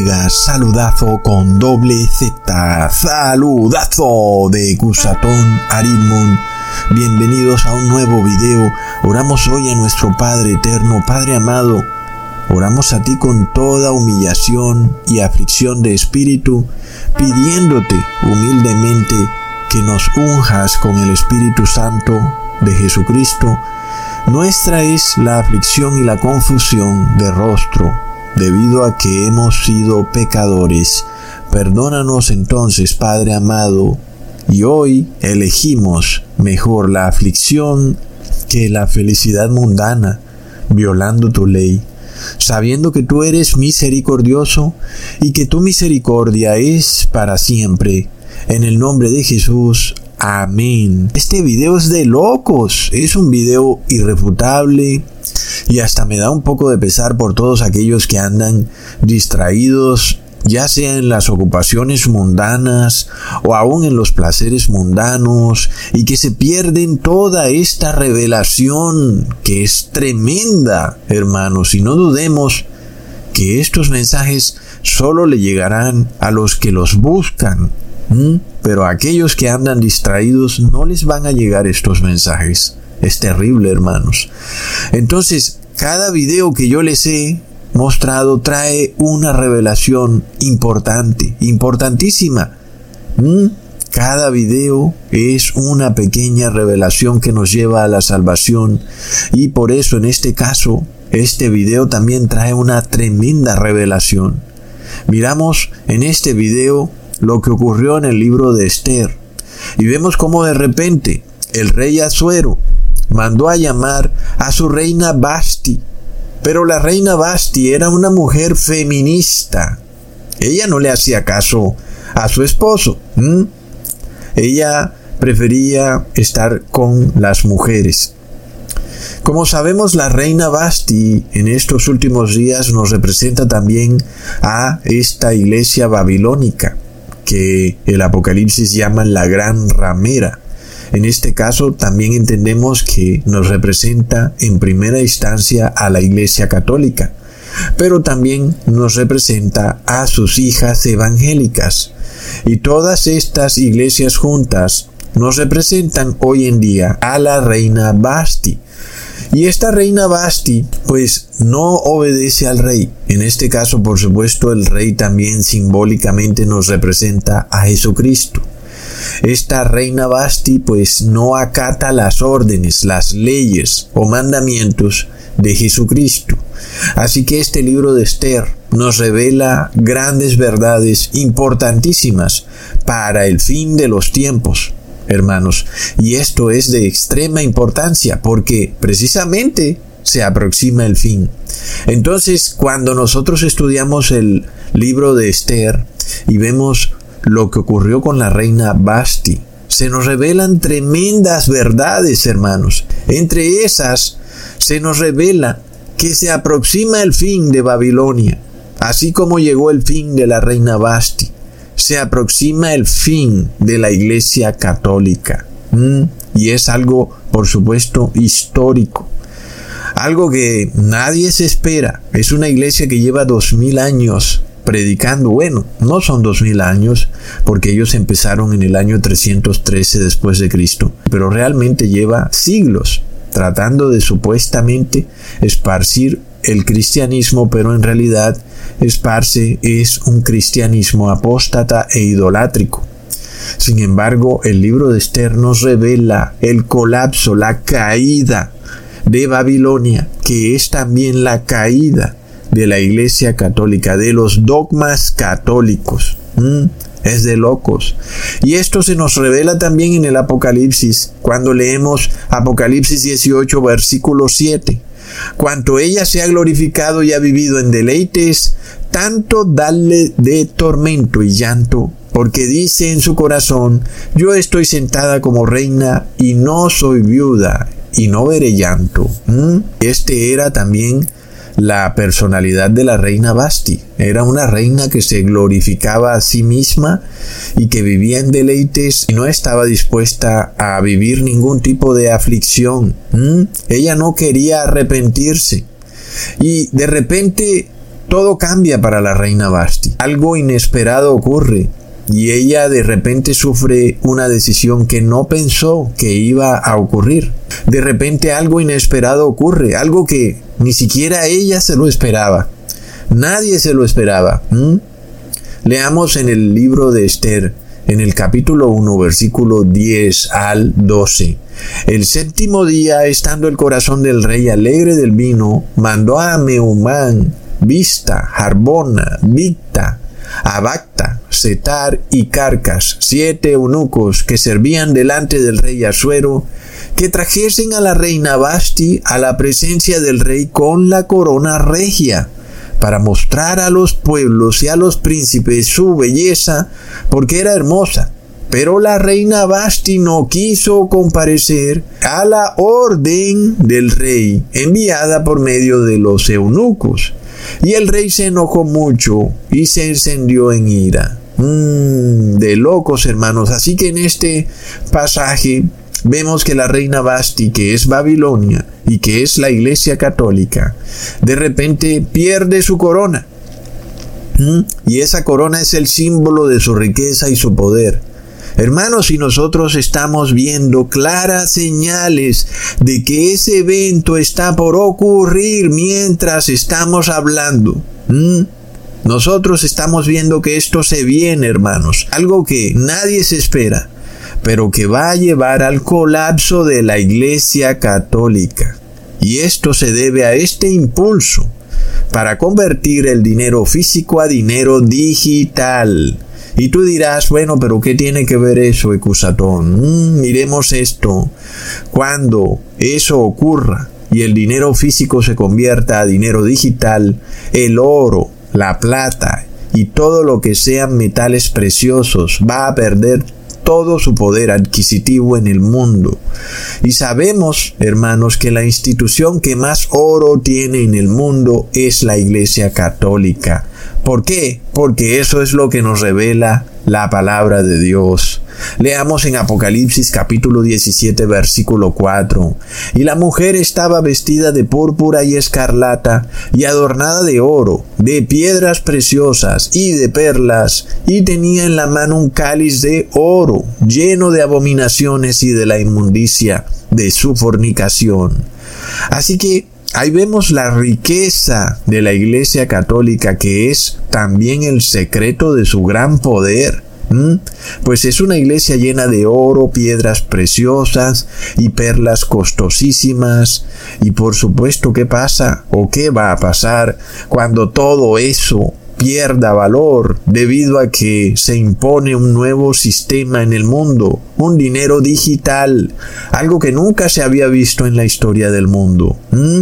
mega saludazo con doble Z, saludazo de Cusatón Arimón. Bienvenidos a un nuevo video. Oramos hoy a nuestro Padre eterno, Padre amado. Oramos a ti con toda humillación y aflicción de espíritu, pidiéndote humildemente que nos unjas con el Espíritu Santo de Jesucristo. Nuestra es la aflicción y la confusión de rostro, debido a que hemos sido pecadores. Perdónanos entonces, Padre amado, y hoy elegimos mejor la aflicción que la felicidad mundana, violando tu ley, sabiendo que tú eres misericordioso y que tu misericordia es para siempre. En el nombre de Jesús, amén. Este video es de locos, es un video irrefutable y hasta me da un poco de pesar por todos aquellos que andan distraídos, ya sea en las ocupaciones mundanas o aún en los placeres mundanos, y que se pierden toda esta revelación que es tremenda, hermanos. Y no dudemos que estos mensajes solo le llegarán a los que los buscan, pero a aquellos que andan distraídos no les van a llegar estos mensajes. Es terrible, hermanos. Entonces, cada video que yo les he mostrado trae una revelación importante, importantísima. Cada video es una pequeña revelación que nos lleva a la salvación, y por eso en este caso, este video también trae una tremenda revelación. Miramos en este video lo que ocurrió en el libro de Esther, y vemos cómo de repente el rey Asuero mandó a llamar a su reina Vasti. Pero la reina Vasti era una mujer feminista. Ella no le hacía caso a su esposo. Ella prefería estar con las mujeres. Como sabemos, la reina Vasti en estos últimos días nos representa también a esta iglesia babilónica, que el Apocalipsis llama la gran ramera. En este caso también entendemos que nos representa en primera instancia a la Iglesia Católica, pero también nos representa a sus hijas evangélicas. Y todas estas iglesias juntas nos representan hoy en día a la reina Vasti. Y esta reina Vasti pues no obedece al rey. En este caso, por supuesto, el rey también simbólicamente nos representa a Jesucristo. Esta reina Vasti pues no acata las órdenes, las leyes o mandamientos de Jesucristo. Así que este libro de Esther nos revela grandes verdades importantísimas para el fin de los tiempos, hermanos. Y esto es de extrema importancia porque precisamente se aproxima el fin. Entonces, cuando nosotros estudiamos el libro de Esther y vemos lo que ocurrió con la reina Vasti, se nos revelan tremendas verdades, hermanos. Entre esas, se nos revela que se aproxima el fin de Babilonia, así como llegó el fin de la reina Vasti. Se aproxima el fin de la Iglesia Católica. Y es algo, por supuesto, histórico. Algo que nadie se espera. Es una iglesia que lleva 2000 años predicando. Bueno, no son 2000 años, porque ellos empezaron en el año 313 después de Cristo, pero realmente lleva siglos tratando de supuestamente esparcir el cristianismo, pero en realidad esparce es un cristianismo apóstata e idolátrico. Sin embargo, el libro de Esther nos revela el colapso, la caída de Babilonia, que es también la caída de la Iglesia Católica, de los dogmas católicos. Es de locos. Y esto se nos revela también en el Apocalipsis, cuando leemos Apocalipsis 18, versículo 7. Cuanto ella se ha glorificado y ha vivido en deleites, tanto dale de tormento y llanto, porque dice en su corazón: yo estoy sentada como reina y no soy viuda y no veré llanto. Este era también la personalidad de la reina Vasti. Era una reina que se glorificaba a sí misma y que vivía en deleites y no estaba dispuesta a vivir ningún tipo de aflicción. Ella no quería arrepentirse. Y de repente todo cambia para la reina Vashti. Algo inesperado ocurre y ella de repente sufre una decisión que no pensó que iba a ocurrir. De repente algo inesperado ocurre, algo que ni siquiera ella se lo esperaba. Nadie se lo esperaba. Leamos en el libro de Esther, en el capítulo 1, versículo 10 al 12. El séptimo día, estando el corazón del rey alegre del vino, mandó a Meumán, Bizta, Harbona, Bigta, Abagta, Setar y Carcas, 7 eunucos que servían delante del rey Asuero, que trajesen a la reina Vashti a la presencia del rey con la corona regia, para mostrar a los pueblos y a los príncipes su belleza, porque era hermosa. Pero la reina Vashti no quiso comparecer a la orden del rey, enviada por medio de los eunucos. Y el rey se enojó mucho y se encendió en ira. De locos, hermanos. Así que en este pasaje vemos que la reina Vashti, que es Babilonia y que es la Iglesia Católica, de repente pierde su corona. Y esa corona es el símbolo de su riqueza y su poder. Hermanos, y nosotros estamos viendo claras señales de que ese evento está por ocurrir mientras estamos hablando. Nosotros estamos viendo que esto se viene, hermanos. Algo que nadie se espera, pero que va a llevar al colapso de la Iglesia Católica. Y esto se debe a este impulso para convertir el dinero físico a dinero digital. Y tú dirás, bueno, pero ¿qué tiene que ver eso, Ecusatón? Miremos esto. Cuando eso ocurra y el dinero físico se convierta a dinero digital, el oro, la plata y todo lo que sean metales preciosos va a perder todo su poder adquisitivo en el mundo. Y sabemos, hermanos, que la institución que más oro tiene en el mundo es la Iglesia Católica. ¿Por qué? Porque eso es lo que nos revela la palabra de Dios. Leamos en Apocalipsis capítulo 17 versículo 4. Y la mujer estaba vestida de púrpura y escarlata y adornada de oro, de piedras preciosas y de perlas, y tenía en la mano un cáliz de oro lleno de abominaciones y de la inmundicia de su fornicación. Así que ahí vemos la riqueza de la Iglesia Católica, que es también el secreto de su gran poder. Pues es una iglesia llena de oro, piedras preciosas y perlas costosísimas. Y por supuesto, ¿qué pasa o qué va a pasar cuando todo eso pierda valor debido a que se impone un nuevo sistema en el mundo, un dinero digital, algo que nunca se había visto en la historia del mundo?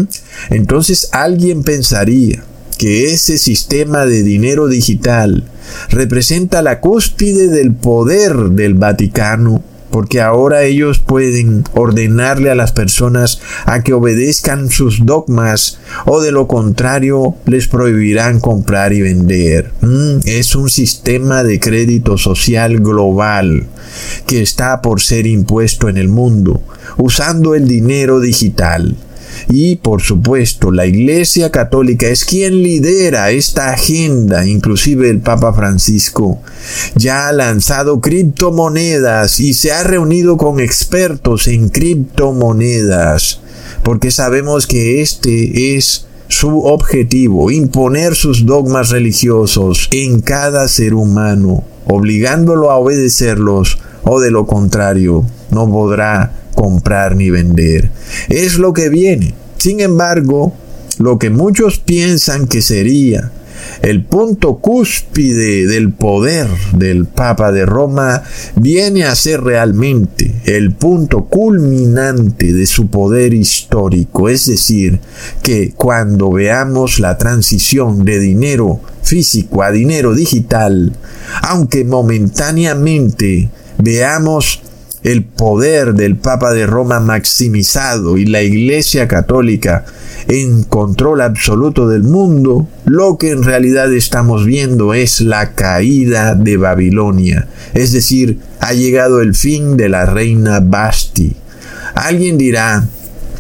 Entonces alguien pensaría que ese sistema de dinero digital representa la cúspide del poder del Vaticano, porque ahora ellos pueden ordenarle a las personas a que obedezcan sus dogmas, o de lo contrario les prohibirán comprar y vender. Es un sistema de crédito social global que está por ser impuesto en el mundo, usando el dinero digital. Y por supuesto, la Iglesia Católica es quien lidera esta agenda. Inclusive el Papa Francisco ya ha lanzado criptomonedas y se ha reunido con expertos en criptomonedas, porque sabemos que este es su objetivo: imponer sus dogmas religiosos en cada ser humano, obligándolo a obedecerlos, o de lo contrario no podrá comprar ni vender. Es lo que viene. Sin embargo, lo que muchos piensan que sería el punto cúspide del poder del Papa de Roma viene a ser realmente el punto culminante de su poder histórico. Es decir, que cuando veamos la transición de dinero físico a dinero digital, aunque momentáneamente veamos el poder del Papa de Roma maximizado y la Iglesia Católica en control absoluto del mundo, lo que en realidad estamos viendo es la caída de Babilonia. Es decir, ha llegado el fin de la reina Vashti. Alguien dirá,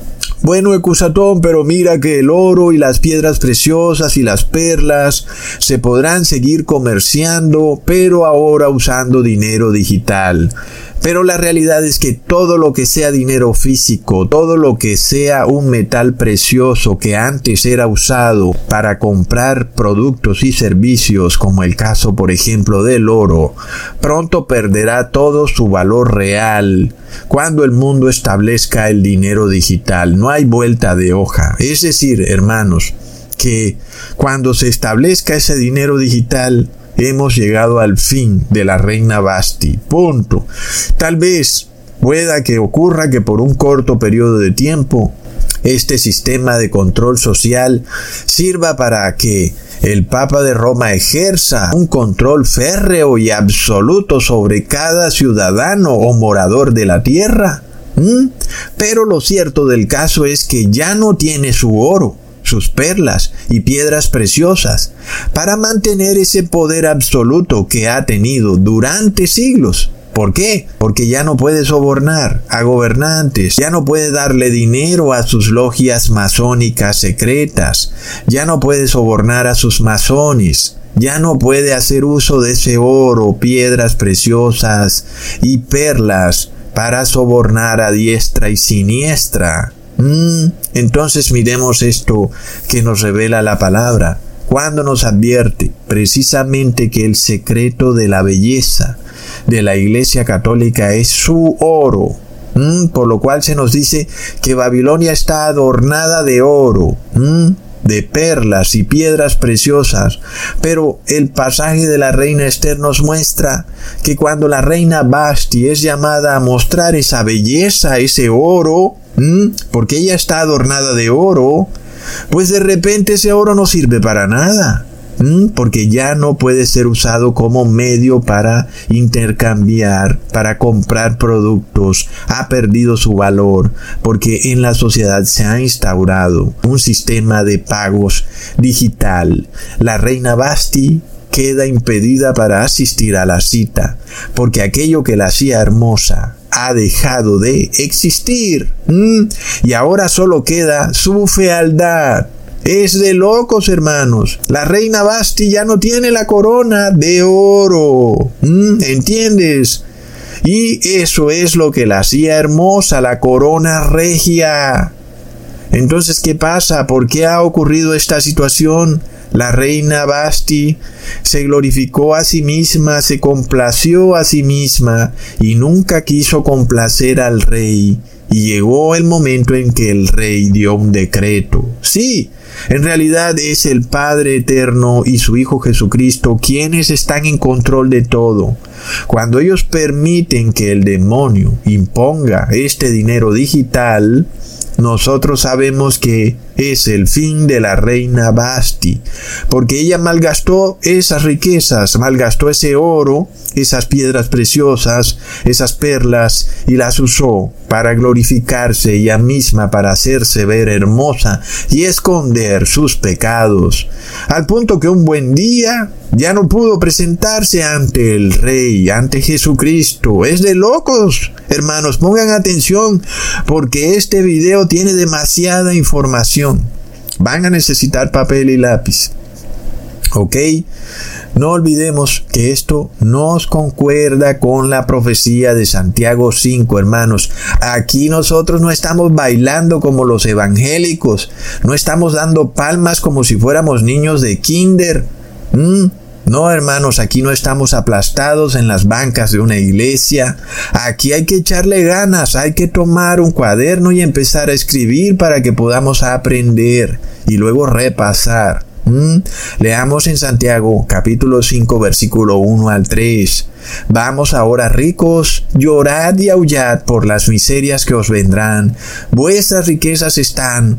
Bueno, Ecusatón, pero mira que el oro y las piedras preciosas y las perlas se podrán seguir comerciando, pero ahora usando dinero digital. Pero la realidad es que todo lo que sea dinero físico, todo lo que sea un metal precioso que antes era usado para comprar productos y servicios, como el caso por ejemplo del oro, pronto perderá todo su valor real cuando el mundo establezca el dinero digital. No hay vuelta de hoja. Es decir, hermanos, que cuando se establezca ese dinero digital, hemos llegado al fin de la reina Basti. Punto. Tal vez pueda que ocurra que por un corto periodo de tiempo este sistema de control social sirva para que el Papa de Roma ejerza un control férreo y absoluto sobre cada ciudadano o morador de la tierra. Pero lo cierto del caso es que ya no tiene su oro, sus perlas y piedras preciosas para mantener ese poder absoluto que ha tenido durante siglos. ¿Por qué? Porque ya no puede sobornar a gobernantes, ya no puede darle dinero a sus logias masónicas secretas, ya no puede sobornar a sus masones, ya no puede hacer uso de ese oro, piedras preciosas y perlas para sobornar a diestra y siniestra. Entonces miremos esto que nos revela la palabra, cuando nos advierte precisamente que el secreto de la belleza de la Iglesia Católica es su oro. Por lo cual se nos dice que Babilonia está adornada de oro, de perlas y piedras preciosas. Pero el pasaje de la reina Esther nos muestra que cuando la reina Basti es llamada a mostrar esa belleza, ese oro, porque ella está adornada de oro, pues de repente ese oro no sirve para nada, porque ya no puede ser usado como medio para intercambiar, para comprar productos. Ha perdido su valor, porque en la sociedad se ha instaurado un sistema de pagos digital. La reina Basti queda impedida para asistir a la cita, porque aquello que la hacía hermosa ha dejado de existir, y ahora solo queda su fealdad. Es de locos, hermanos. La reina Basti ya no tiene la corona de oro, ¿entiendes? Y eso es lo que la hacía hermosa, la corona regia. Entonces, ¿qué pasa? ¿Por qué ha ocurrido esta situación? La reina Basti se glorificó a sí misma, se complació a sí misma y nunca quiso complacer al rey. Y llegó el momento en que el rey dio un decreto. Sí, en realidad es el Padre Eterno y su Hijo Jesucristo quienes están en control de todo. Cuando ellos permiten que el demonio imponga este dinero digital, nosotros sabemos que es el fin de la reina Basti, porque ella malgastó esas riquezas, malgastó ese oro, esas piedras preciosas, esas perlas, y las usó para glorificarse ella misma, para hacerse ver hermosa y esconder sus pecados, al punto que un buen día ya no pudo presentarse ante el Rey, ante Jesucristo. Es de locos, hermanos. Pongan atención, porque este video tiene demasiada información. Van a necesitar papel y lápiz, ¿ok? No olvidemos que esto nos concuerda con la profecía de Santiago 5, hermanos. Aquí nosotros no estamos bailando como los evangélicos, no estamos dando palmas como si fuéramos niños de kinder. No, hermanos, aquí no estamos aplastados en las bancas de una iglesia. Aquí hay que echarle ganas, hay que tomar un cuaderno y empezar a escribir para que podamos aprender y luego repasar. Leamos en Santiago capítulo 5 versículo 1 al 3. Vamos ahora, ricos, llorad y aullad por las miserias que os vendrán. Vuestras riquezas están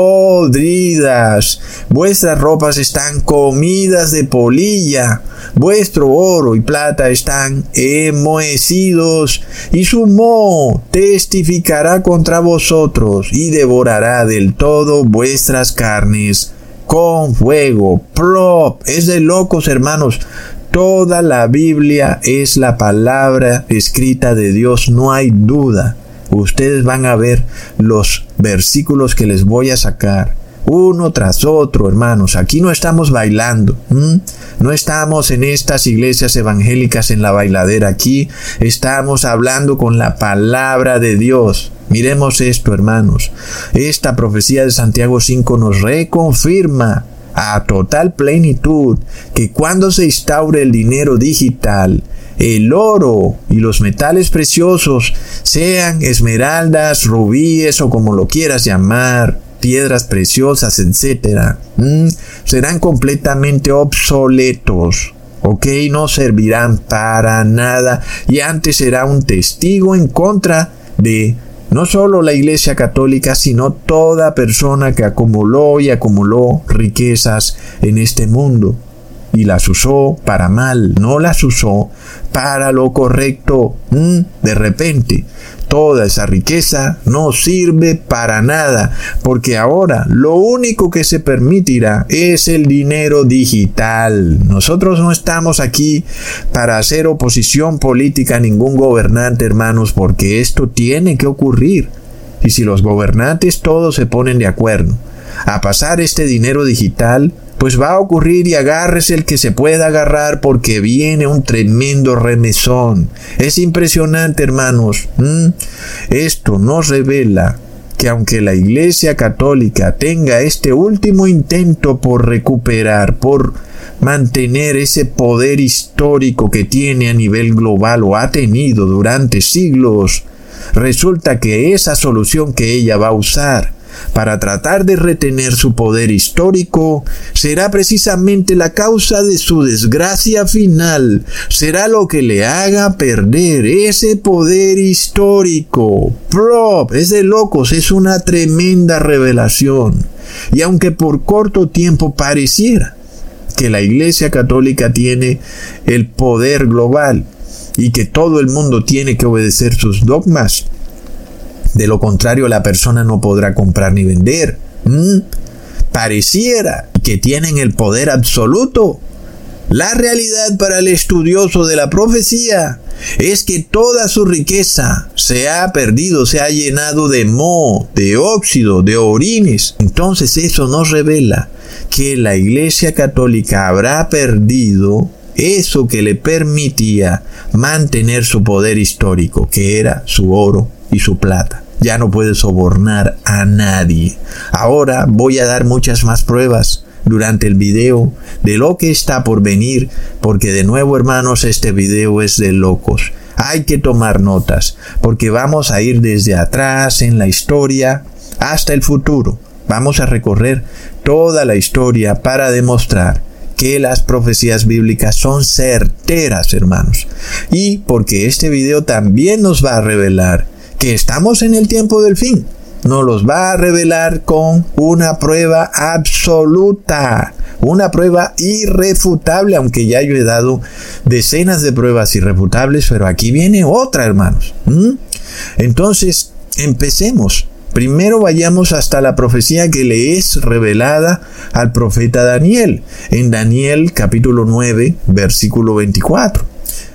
podridas, vuestras ropas están comidas de polilla, vuestro oro y plata están enmohecidos, y su moho testificará contra vosotros y devorará del todo vuestras carnes con fuego. Plop. Es de locos, hermanos. Toda la Biblia es la palabra escrita de Dios, no hay duda. Ustedes van a ver los versículos que les voy a sacar, uno tras otro, hermanos. Aquí no estamos bailando, no estamos en estas iglesias evangélicas en la bailadera. Aquí estamos hablando con la palabra de Dios. Miremos esto, hermanos. Esta profecía de Santiago 5 nos reconfirma a total plenitud que cuando se instaure el dinero digital, el oro y los metales preciosos, sean esmeraldas, rubíes o como lo quieras llamar, piedras preciosas, etc., serán completamente obsoletos. ¿Ok? No servirán para nada, y antes será un testigo en contra de no solo la Iglesia Católica, sino toda persona que acumuló riquezas en este mundo y las usó para mal, no las usó para lo correcto. De repente, toda esa riqueza no sirve para nada, porque ahora lo único que se permitirá es el dinero digital. Nosotros no estamos aquí para hacer oposición política a ningún gobernante, hermanos, porque esto tiene que ocurrir. Y si los gobernantes todos se ponen de acuerdo a pasar este dinero digital, pues va a ocurrir, y agárrese el que se pueda agarrar, porque viene un tremendo remesón. Es impresionante, hermanos. Esto nos revela que aunque la Iglesia Católica tenga este último intento por recuperar, por mantener ese poder histórico que tiene a nivel global o ha tenido durante siglos, resulta que esa solución que ella va a usar para tratar de retener su poder histórico será precisamente la causa de su desgracia final. Será lo que le haga perder ese poder histórico. Es de locos, es una tremenda revelación. Y aunque por corto tiempo pareciera que la Iglesia Católica tiene el poder global y que todo el mundo tiene que obedecer sus dogmas, de lo contrario, la persona no podrá comprar ni vender. Pareciera que tienen el poder absoluto. La realidad para el estudioso de la profecía es que toda su riqueza se ha perdido, se ha llenado de moho, de óxido, de orines. Entonces eso nos revela que la Iglesia Católica habrá perdido eso que le permitía mantener su poder histórico, que era su oro y su plata. Ya no puede sobornar a nadie. Ahora voy a dar muchas más pruebas durante el video de lo que está por venir, porque de nuevo, hermanos, este video es de locos. Hay que tomar notas, porque vamos a ir desde atrás en la historia hasta el futuro. Vamos a recorrer toda la historia para demostrar que las profecías bíblicas son certeras, hermanos. Y porque este video también nos va a revelar que estamos en el tiempo del fin. Nos los va a revelar con una prueba absoluta, una prueba irrefutable, aunque ya yo he dado decenas de pruebas irrefutables, pero aquí viene otra, hermanos. Entonces, empecemos. Primero vayamos hasta la profecía que le es revelada al profeta Daniel, en Daniel capítulo 9, versículo 24.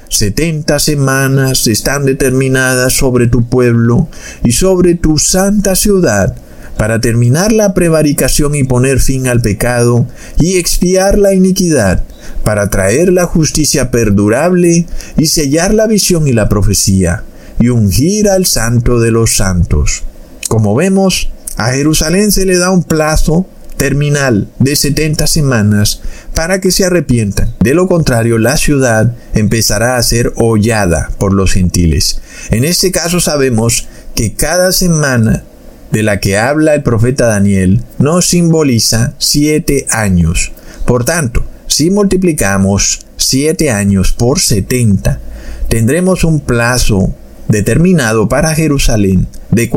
70 semanas están determinadas sobre tu pueblo y sobre tu santa ciudad, para terminar la prevaricación y poner fin al pecado y expiar la iniquidad, para traer la justicia perdurable y sellar la visión y la profecía, y ungir al santo de los santos. Como vemos, a Jerusalén se le da un plazo terminal de 70 semanas para que se arrepientan. De lo contrario, la ciudad empezará a ser hollada por los gentiles. En este caso sabemos que cada semana de la que habla el profeta Daniel nos simboliza 7 años. Por tanto, si multiplicamos 7 años por 70, tendremos un plazo determinado para Jerusalén de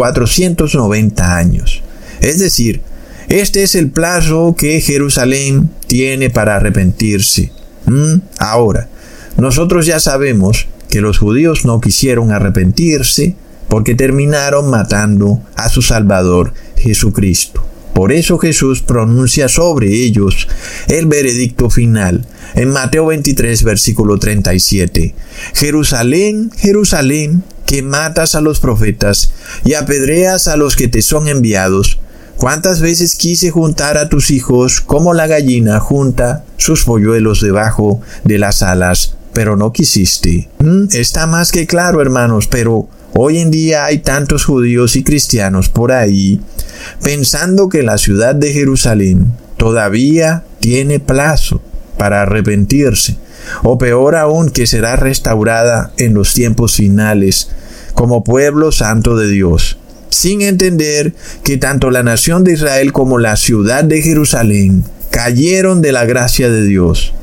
490 años. Es decir, este es el plazo que Jerusalén tiene para arrepentirse. Ahora, nosotros ya sabemos que los judíos no quisieron arrepentirse porque terminaron matando a su Salvador Jesucristo. Por eso Jesús pronuncia sobre ellos el veredicto final en Mateo 23, versículo 37. Jerusalén, Jerusalén, que matas a los profetas y apedreas a los que te son enviados. ¿Cuántas veces quise juntar a tus hijos como la gallina junta sus polluelos debajo de las alas, pero no quisiste? Está más que claro, hermanos, pero hoy en día hay tantos judíos y cristianos por ahí pensando que la ciudad de Jerusalén todavía tiene plazo para arrepentirse, o peor aún, que será restaurada en los tiempos finales como pueblo santo de Dios, sin entender que tanto la nación de Israel como la ciudad de Jerusalén cayeron de la gracia de Dios.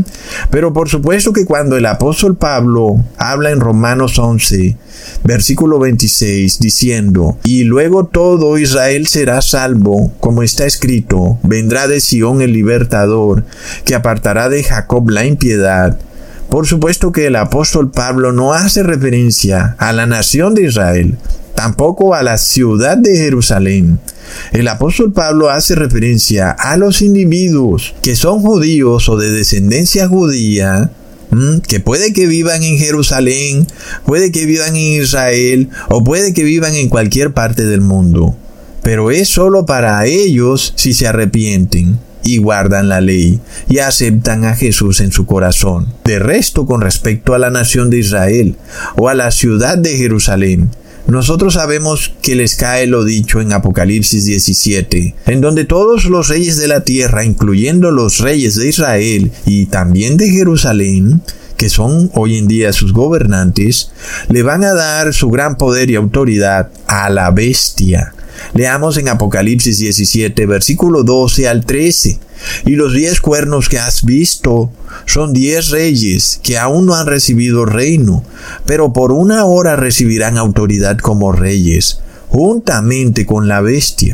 Pero por supuesto que cuando el apóstol Pablo habla en Romanos 11, versículo 26, diciendo: y luego todo Israel será salvo, como está escrito, vendrá de Sión el libertador, que apartará de Jacob la impiedad. Por supuesto que el apóstol Pablo no hace referencia a la nación de Israel, tampoco a la ciudad de Jerusalén. El apóstol Pablo hace referencia a los individuos que son judíos o de descendencia judía, que puede que vivan en Jerusalén, puede que vivan en Israel o puede que vivan en cualquier parte del mundo. Pero es solo para ellos si se arrepienten y guardan la ley y aceptan a Jesús en su corazón. De resto, con respecto a la nación de Israel o a la ciudad de Jerusalén, nosotros sabemos que les cae lo dicho en Apocalipsis 17, en donde todos los reyes de la tierra, incluyendo los reyes de Israel y también de Jerusalén, que son hoy en día sus gobernantes, le van a dar su gran poder y autoridad a la bestia. Leamos en Apocalipsis 17, versículo 12 al 13. Y los 10 cuernos que has visto son 10 reyes que aún no han recibido reino, pero por una hora recibirán autoridad como reyes, juntamente con la bestia.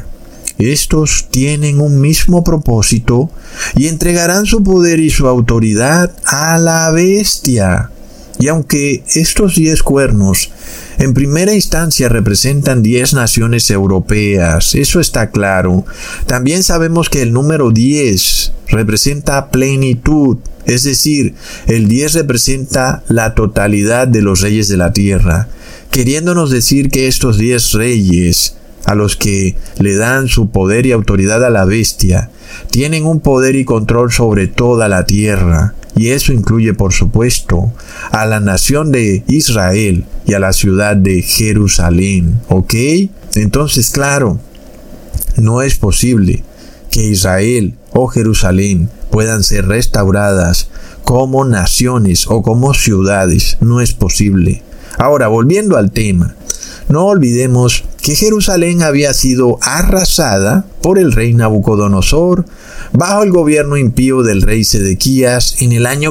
Estos tienen un mismo propósito y entregarán su poder y su autoridad a la bestia. Y aunque estos 10 cuernos en primera instancia representan 10 naciones europeas, eso está claro, también sabemos que el número 10 representa plenitud, es decir, el 10 representa la totalidad de los reyes de la tierra, queriéndonos decir que estos 10 reyes, a los que le dan su poder y autoridad a la bestia, tienen un poder y control sobre toda la tierra. Y eso incluye, por supuesto, a la nación de Israel y a la ciudad de Jerusalén. ¿Ok? Entonces, claro, no es posible que Israel o Jerusalén puedan ser restauradas como naciones o como ciudades. No es posible. Ahora, volviendo al tema, no olvidemos que Jerusalén había sido arrasada por el rey Nabucodonosor bajo el gobierno impío del rey Sedequías en el año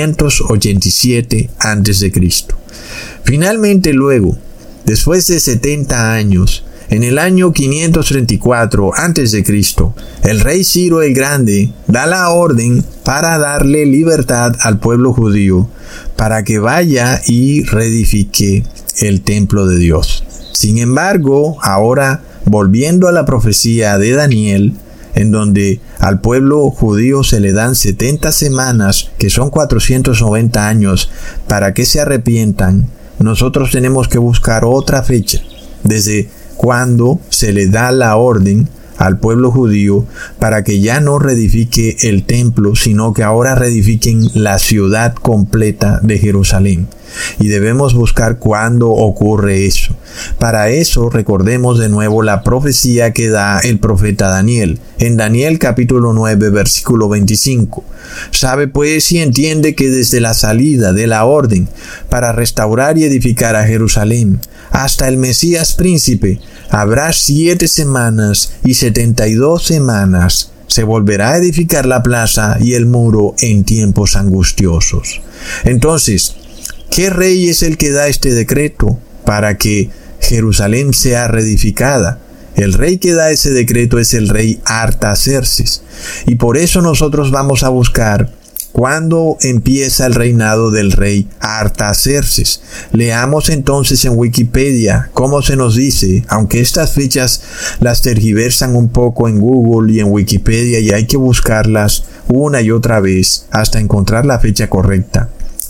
587 a.C. Finalmente luego, después de 70 años, en el año 534 a.C., el rey Ciro el Grande da la orden para darle libertad al pueblo judío para que vaya y reedifique el templo de Dios. Sin embargo, ahora, volviendo a la profecía de Daniel, en donde al pueblo judío se le dan 70 semanas, que son 490 años, para que se arrepientan, nosotros tenemos que buscar otra fecha, desde cuando se le da la orden al pueblo judío para que ya no reedifique el templo, sino que ahora reedifiquen la ciudad completa de Jerusalén. Y debemos buscar cuándo ocurre eso. Para eso recordemos de nuevo la profecía que da el profeta Daniel. En Daniel capítulo 9 versículo 25. Sabe pues y entiende que desde la salida de la orden para restaurar y edificar a Jerusalén hasta el Mesías príncipe habrá 7 semanas y 72 semanas. Se volverá a edificar la plaza y el muro en tiempos angustiosos. Entonces, ¿qué rey es el que da este decreto para que Jerusalén sea reedificada? El rey que da ese decreto es el rey Artaxerxes. Y por eso nosotros vamos a buscar cuándo empieza el reinado del rey Artaxerxes. Leamos entonces en Wikipedia cómo se nos dice, aunque estas fechas las tergiversan un poco en Google y en Wikipedia y hay que buscarlas una y otra vez hasta encontrar la fecha correcta.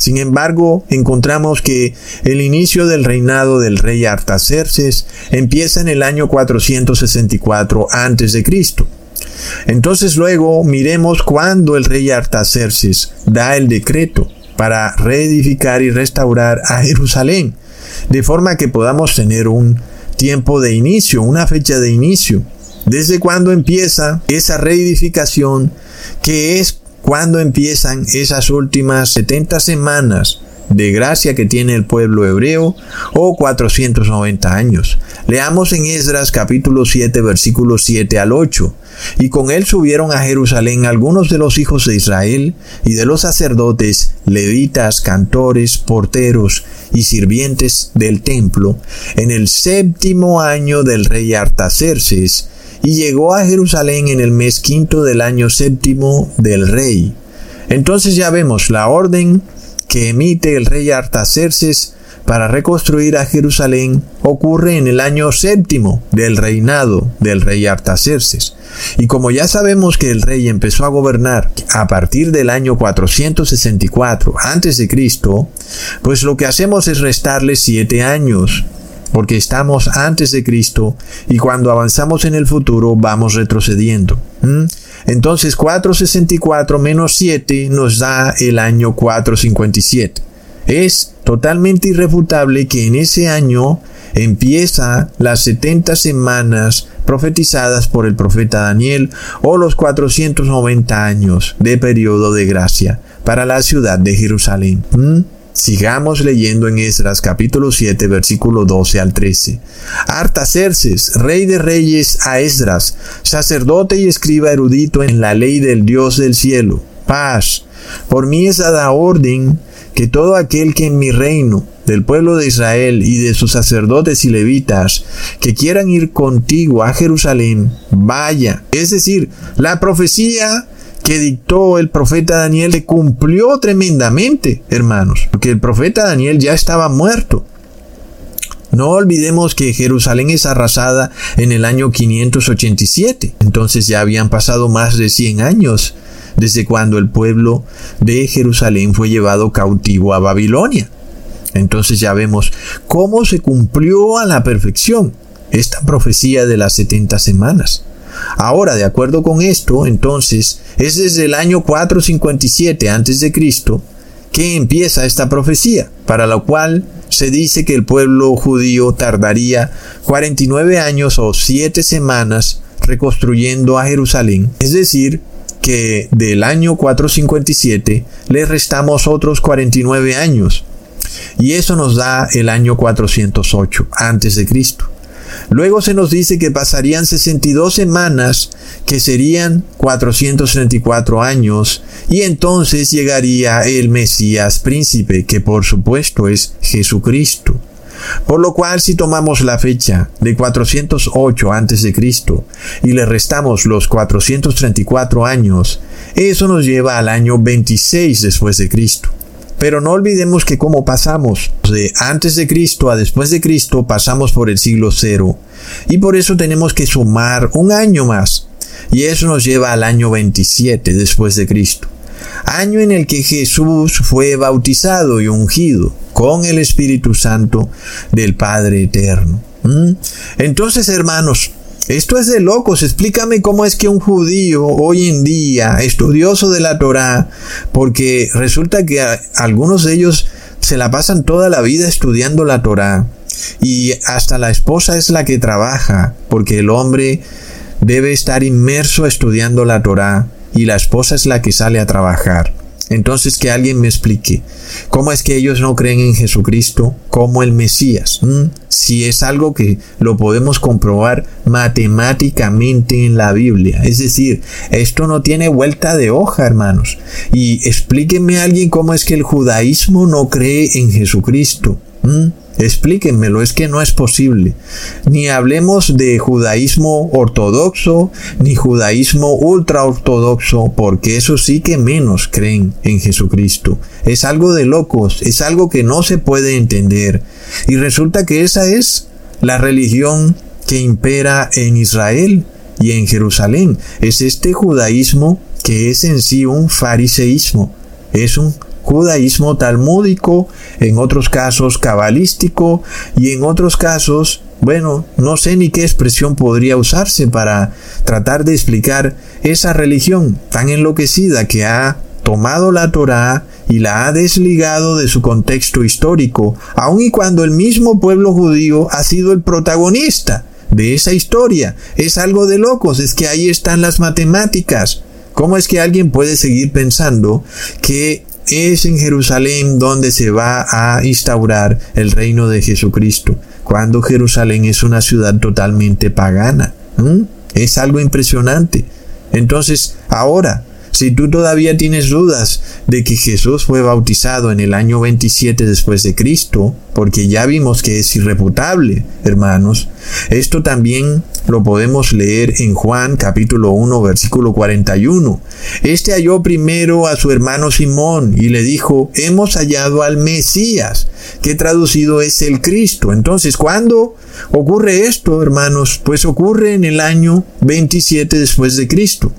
Sin embargo, encontramos que el inicio del reinado del rey Artaxerxes empieza en el año 464 a.C. Entonces luego miremos cuando el rey Artaxerxes da el decreto para reedificar y restaurar a Jerusalén, de forma que podamos tener un tiempo de inicio, una fecha de inicio, desde cuando empieza esa reedificación, que es cuando empiezan esas últimas 70 semanas de gracia que tiene el pueblo hebreo, o 490 años. Leamos en Esdras capítulo 7 versículos 7 al 8. Y con él subieron a Jerusalén algunos de los hijos de Israel y de los sacerdotes, levitas, cantores, porteros y sirvientes del templo, en el 7º año del rey Artaxerxes, y llegó a Jerusalén en el mes 5 del año 7 del rey. Entonces ya vemos la orden que emite el rey Artaxerxes para reconstruir a Jerusalén ocurre en el año 7 del reinado del rey Artaxerxes. Y como ya sabemos que el rey empezó a gobernar a partir del año 464 a.C., pues lo que hacemos es restarle 7 años, porque estamos antes de Cristo y cuando avanzamos en el futuro vamos retrocediendo. Entonces 464 menos 7 nos da el año 457. Es totalmente irrefutable que en ese año empieza las 70 semanas profetizadas por el profeta Daniel, o los 490 años de periodo de gracia para la ciudad de Jerusalén. Sigamos leyendo en Esdras capítulo 7 versículo 12 al 13. Artaxerxes, rey de reyes, a Esdras, sacerdote y escriba erudito en la ley del Dios del cielo, paz. Por mí es dada orden que todo aquel que en mi reino, del pueblo de Israel y de sus sacerdotes y levitas, que quieran ir contigo a Jerusalén, vaya. Es decir, la profecía que dictó el profeta Daniel se cumplió tremendamente, hermanos, porque el profeta Daniel ya estaba muerto. No olvidemos que Jerusalén es arrasada en el año 587, entonces ya habían pasado más de 100 años desde cuando el pueblo de Jerusalén fue llevado cautivo a Babilonia. Entonces ya vemos cómo se cumplió a la perfección esta profecía de las 70 semanas. Ahora, de acuerdo con esto, entonces, es desde el año 457 a.C. que empieza esta profecía, para la cual se dice que el pueblo judío tardaría 49 años o 7 semanas reconstruyendo a Jerusalén. Es decir, que del año 457 le restamos otros 49 años. Y eso nos da el año 408 a.C. Luego se nos dice que pasarían 62 semanas, que serían 434 años, y entonces llegaría el Mesías príncipe, que por supuesto es Jesucristo. Por lo cual, si tomamos la fecha de 408 a.C. y le restamos los 434 años, eso nos lleva al año 26 después de Cristo. Pero no olvidemos que como pasamos de antes de Cristo a después de Cristo, pasamos por el siglo 0. Y por eso tenemos que sumar un año más. Y eso nos lleva al año 27 después de Cristo. Año en el que Jesús fue bautizado y ungido con el Espíritu Santo del Padre Eterno. Entonces, hermanos, esto es de locos. Explícame cómo es que un judío hoy en día, estudioso de la Torá, porque resulta que algunos de ellos se la pasan toda la vida estudiando la Torá, y hasta la esposa es la que trabaja, porque el hombre debe estar inmerso estudiando la Torá, y la esposa es la que sale a trabajar. Entonces, que alguien me explique cómo es que ellos no creen en Jesucristo como el Mesías. Si es algo que lo podemos comprobar matemáticamente en la Biblia. Es decir, esto no tiene vuelta de hoja, hermanos. Y explíquenme a alguien cómo es que el judaísmo no cree en Jesucristo. Explíquenmelo, es que no es posible. Ni hablemos de judaísmo ortodoxo, ni judaísmo ultraortodoxo, porque eso sí que menos creen en Jesucristo. Es algo de locos, es algo que no se puede entender. Y resulta que esa es la religión que impera en Israel y en Jerusalén. Es este judaísmo que es en sí un fariseísmo. Es un judaísmo talmúdico, en otros casos cabalístico y en otros casos, bueno, no sé ni qué expresión podría usarse para tratar de explicar esa religión tan enloquecida que ha tomado la Torá y la ha desligado de su contexto histórico, aun y cuando el mismo pueblo judío ha sido el protagonista de esa historia. Es algo de locos, es que ahí están las matemáticas. ¿Cómo es que alguien puede seguir pensando que es en Jerusalén donde se va a instaurar el reino de Jesucristo, cuando Jerusalén es una ciudad totalmente pagana? Es algo impresionante. Entonces, ahora, si tú todavía tienes dudas de que Jesús fue bautizado en el año 27 después de Cristo, porque ya vimos que es irrefutable, hermanos, esto también lo podemos leer en Juan capítulo 1 versículo 41. Este halló primero a su hermano Simón y le dijo: hemos hallado al Mesías, que traducido es el Cristo. Entonces, ¿cuándo ocurre esto, hermanos? Pues ocurre en el año 27 después de Cristo.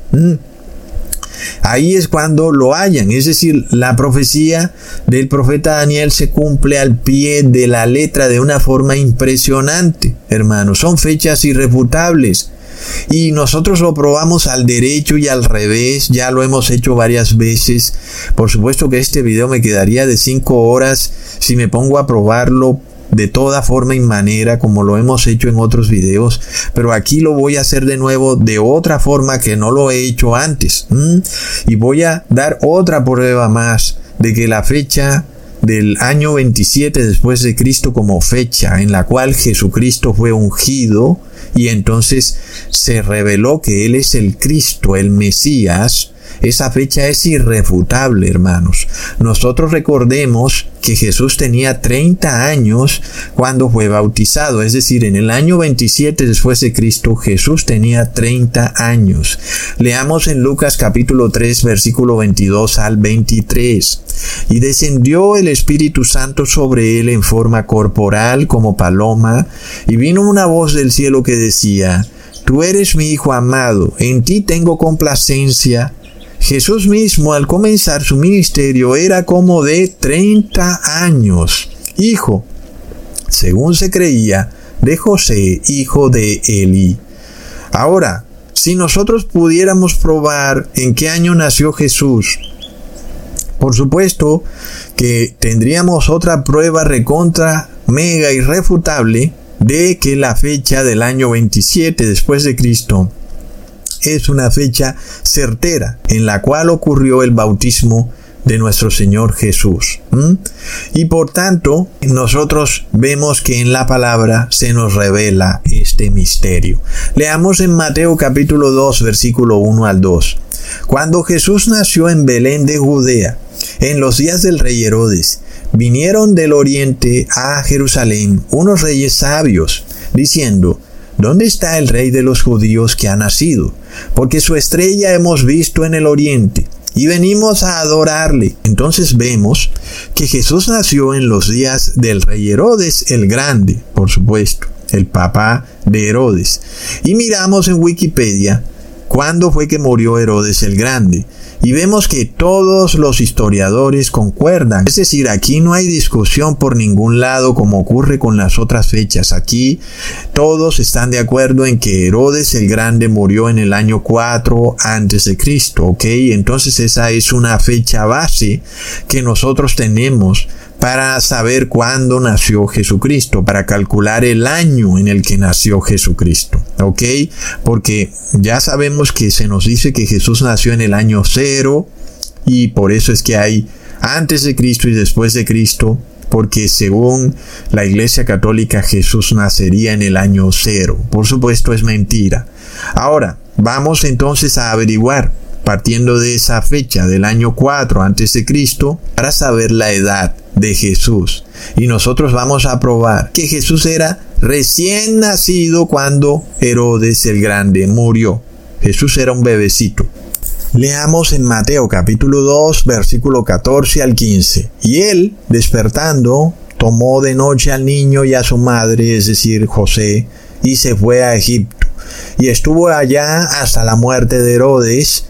Ahí es cuando lo hallan, es decir, la profecía del profeta Daniel se cumple al pie de la letra de una forma impresionante, hermanos. Son fechas irrefutables y nosotros lo probamos al derecho y al revés, ya lo hemos hecho varias veces. Por supuesto que este video me quedaría de 5 horas si me pongo a probarlo de toda forma y manera como lo hemos hecho en otros videos, pero aquí lo voy a hacer de nuevo de otra forma que no lo he hecho antes. Y voy a dar otra prueba más de que la fecha del año 27 después de Cristo como fecha en la cual Jesucristo fue ungido y entonces se reveló que Él es el Cristo, el Mesías, esa fecha es irrefutable, hermanos. Nosotros recordemos que Jesús tenía 30 años cuando fue bautizado, es decir, en el año 27 después de Cristo, Jesús tenía 30 años. Leamos en Lucas capítulo 3, versículo 22 al 23. Y descendió el Espíritu Santo sobre él en forma corporal como paloma, y vino una voz del cielo que decía: Tú eres mi Hijo amado, en ti tengo complacencia. Jesús mismo, al comenzar su ministerio, era como de 30 años, hijo, según se creía, de José, hijo de Eli. Ahora, si nosotros pudiéramos probar en qué año nació Jesús, por supuesto que tendríamos otra prueba recontra, mega irrefutable de que la fecha del año 27 después de Cristo es una fecha certera en la cual ocurrió el bautismo de nuestro Señor Jesús. Y por tanto, nosotros vemos que en la palabra se nos revela este misterio. Leamos en Mateo capítulo 2, versículo 1 al 2. Cuando Jesús nació en Belén de Judea, en los días del rey Herodes, vinieron del oriente a Jerusalén unos reyes sabios, diciendo: ¿Dónde está el rey de los judíos que ha nacido? Porque su estrella hemos visto en el oriente, y venimos a adorarle. Entonces vemos que Jesús nació en los días del rey Herodes el Grande, por supuesto, el papá de Herodes. Y miramos en Wikipedia cuándo fue que murió Herodes el Grande. Y vemos que todos los historiadores concuerdan. Es decir, aquí no hay discusión por ningún lado como ocurre con las otras fechas. Aquí todos están de acuerdo en que Herodes el Grande murió en el año 4 antes de Cristo, ¿ok? Entonces esa es una fecha base que nosotros tenemos para saber cuándo nació Jesucristo, para calcular el año en el que nació Jesucristo, ¿ok? Porque ya sabemos que se nos dice que Jesús nació en el año 0 y por eso es que hay antes de Cristo y después de Cristo, porque según la Iglesia Católica Jesús nacería en el año 0. Por supuesto es mentira. Ahora, vamos entonces a averiguar, partiendo de esa fecha del año 4 antes de Cristo, para saber la edad de Jesús. Y nosotros vamos a probar que Jesús era recién nacido cuando Herodes el Grande murió. Jesús era un bebecito. Leamos en Mateo capítulo 2, versículo 14 al 15. Y él, despertando, tomó de noche al niño y a su madre, es decir, José, y se fue a Egipto. Y estuvo allá hasta la muerte de Herodes,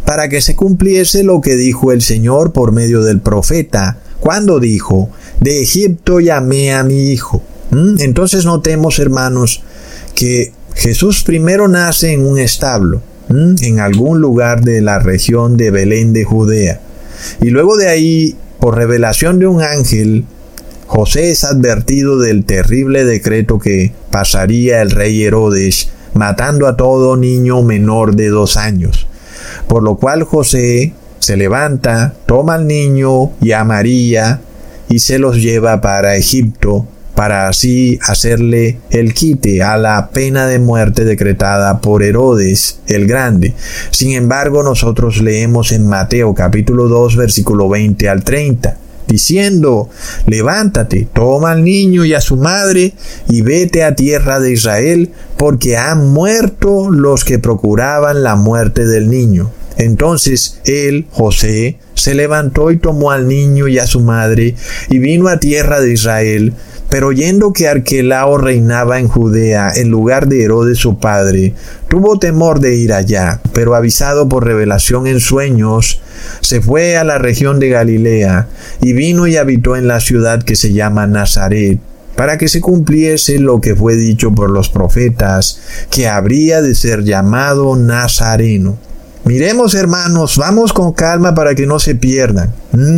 para que se cumpliese lo que dijo el Señor por medio del profeta, cuando dijo: de Egipto llamé a mi hijo. Entonces notemos, hermanos, que Jesús primero nace en un establo, en algún lugar de la región de Belén de Judea. Y luego de ahí, por revelación de un ángel, José es advertido del terrible decreto que pasaría el rey Herodes, matando a todo niño menor de 2 años. Por lo cual José se levanta, toma al niño y a María y se los lleva para Egipto, para así hacerle el quite a la pena de muerte decretada por Herodes el Grande. Sin embargo, nosotros leemos en Mateo capítulo 2, versículo 20 al 30, diciendo: levántate, toma al niño y a su madre, y vete a tierra de Israel, porque han muerto los que procuraban la muerte del niño. Entonces él, José, se levantó y tomó al niño y a su madre, y vino a tierra de Israel. Pero oyendo que Arquelao reinaba en Judea en lugar de Herodes su padre, tuvo temor de ir allá, pero avisado por revelación en sueños, se fue a la región de Galilea, y vino y habitó en la ciudad que se llama Nazaret, para que se cumpliese lo que fue dicho por los profetas, que habría de ser llamado Nazareno. Miremos, hermanos, vamos con calma para que no se pierdan.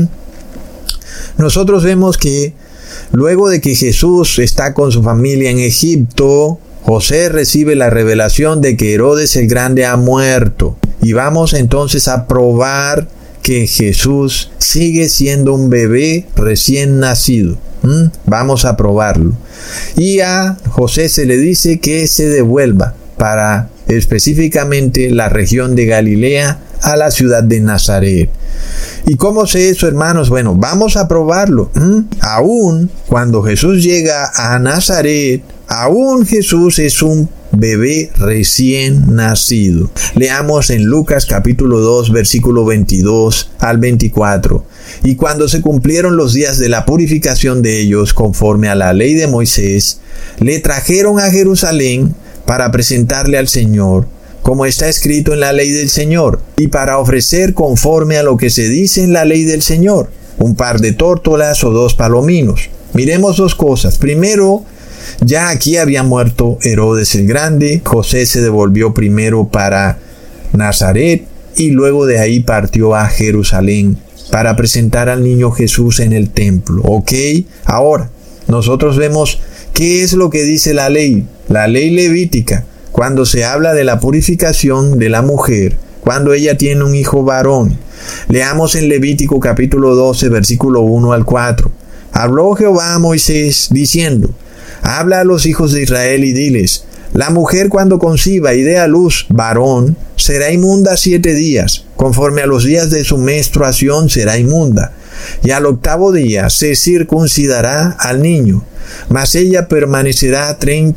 Nosotros vemos que luego de que Jesús está con su familia en Egipto, José recibe la revelación de que Herodes el Grande ha muerto. Y vamos entonces a probar que Jesús sigue siendo un bebé recién nacido. Vamos a probarlo. Y a José se le dice que se devuelva para específicamente la región de Galilea, a la ciudad de Nazaret. ¿Y cómo sé eso, hermanos? Bueno, vamos a probarlo. Aún cuando Jesús llega a Nazaret, aún Jesús es un bebé recién nacido. Leamos en Lucas capítulo 2, versículo 22 al 24. Y cuando se cumplieron los días de la purificación de ellos, conforme a la ley de Moisés, le trajeron a Jerusalén para presentarle al Señor, como está escrito en la ley del Señor, y para ofrecer conforme a lo que se dice en la ley del Señor, un par de tórtolas o 2 palominos. Miremos 2 cosas. Primero, ya aquí había muerto Herodes el Grande. José se devolvió primero para Nazaret y luego de ahí partió a Jerusalén para presentar al niño Jesús en el templo. ¿Ok? Ahora, nosotros vemos qué es lo que dice la ley levítica. Cuando se habla de la purificación de la mujer, cuando ella tiene un hijo varón. Leamos en Levítico capítulo 12, versículo 1 al 4. Habló Jehová a Moisés, diciendo: habla a los hijos de Israel y diles: la mujer cuando conciba y dé a luz varón, será inmunda 7 días, conforme a los días de su menstruación será inmunda. Y al 8º día se circuncidará al niño, mas ella permanecerá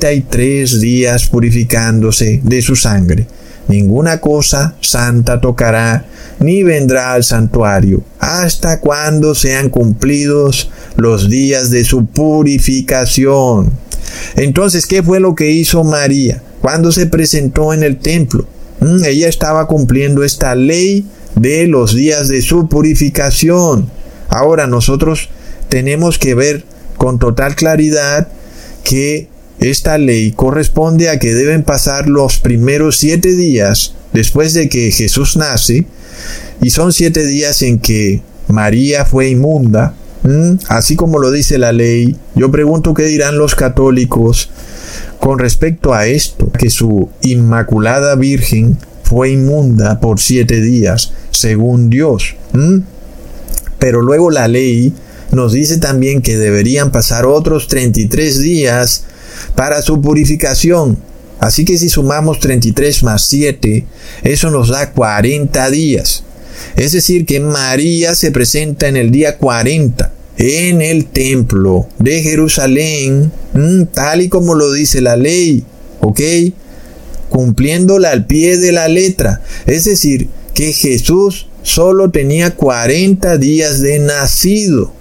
33 días purificándose de su sangre. Ninguna cosa santa tocará, ni vendrá al santuario, hasta cuando sean cumplidos los días de su purificación. Entonces, ¿qué fue lo que hizo María cuando se presentó en el templo? Ella estaba cumpliendo esta ley de los días de su purificación. Ahora nosotros tenemos que ver con total claridad que esta ley corresponde a que deben pasar los primeros 7 días después de que Jesús nace, y son 7 días en que María fue inmunda, así como lo dice la ley. Yo pregunto qué dirán los católicos con respecto a esto, que su Inmaculada Virgen fue inmunda por 7 días, según Dios. Pero luego la ley nos dice también que deberían pasar otros 33 días para su purificación. Así que si sumamos 33 más 7, eso nos da 40 días. Es decir, que María se presenta en el día 40 en el templo de Jerusalén, tal y como lo dice la ley, ¿ok? Cumpliéndola al pie de la letra. Es decir, que Jesús solo tenía 40 días de nacido.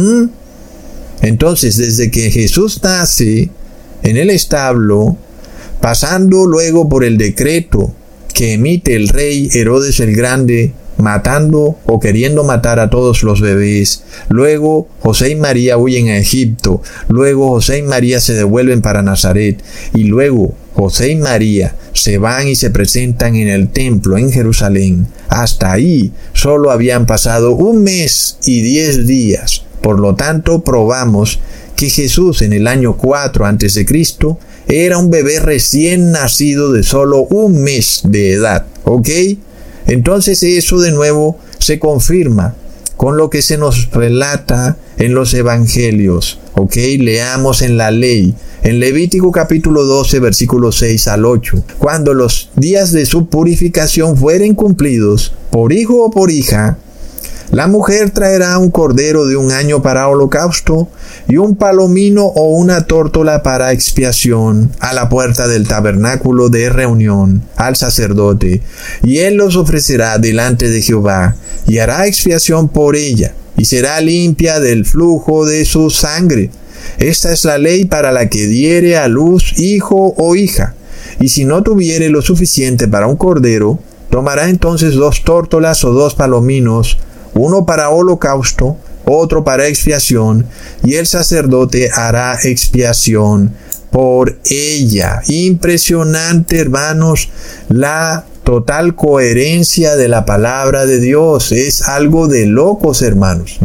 Entonces, desde que Jesús nace en el establo, pasando luego por el decreto que emite el rey Herodes el Grande, matando o queriendo matar a todos los bebés. Luego José y María huyen a Egipto. Luego José y María se devuelven para Nazaret. Y luego José y María se van y se presentan en el templo en Jerusalén. Hasta ahí solo habían pasado 1 mes y 10 días. Por lo tanto, probamos que Jesús en el año 4 a.C. era un bebé recién nacido de solo 1 mes de edad. ¿Ok? Entonces eso de nuevo se confirma con lo que se nos relata en los evangelios. ¿Ok? Leamos en la ley. En Levítico capítulo 12, versículos 6 al 8. Cuando los días de su purificación fueren cumplidos, por hijo o por hija, la mujer traerá un cordero de 1 año para holocausto y un palomino o una tórtola para expiación a la puerta del tabernáculo de reunión al sacerdote, y él los ofrecerá delante de Jehová y hará expiación por ella y será limpia del flujo de su sangre. Esta es la ley para la que diere a luz hijo o hija, y si no tuviere lo suficiente para un cordero, tomará entonces 2 tórtolas o 2 palominos, uno para holocausto, otro para expiación, y el sacerdote hará expiación por ella. Impresionante, hermanos, la total coherencia de la palabra de Dios. Es algo de locos, hermanos.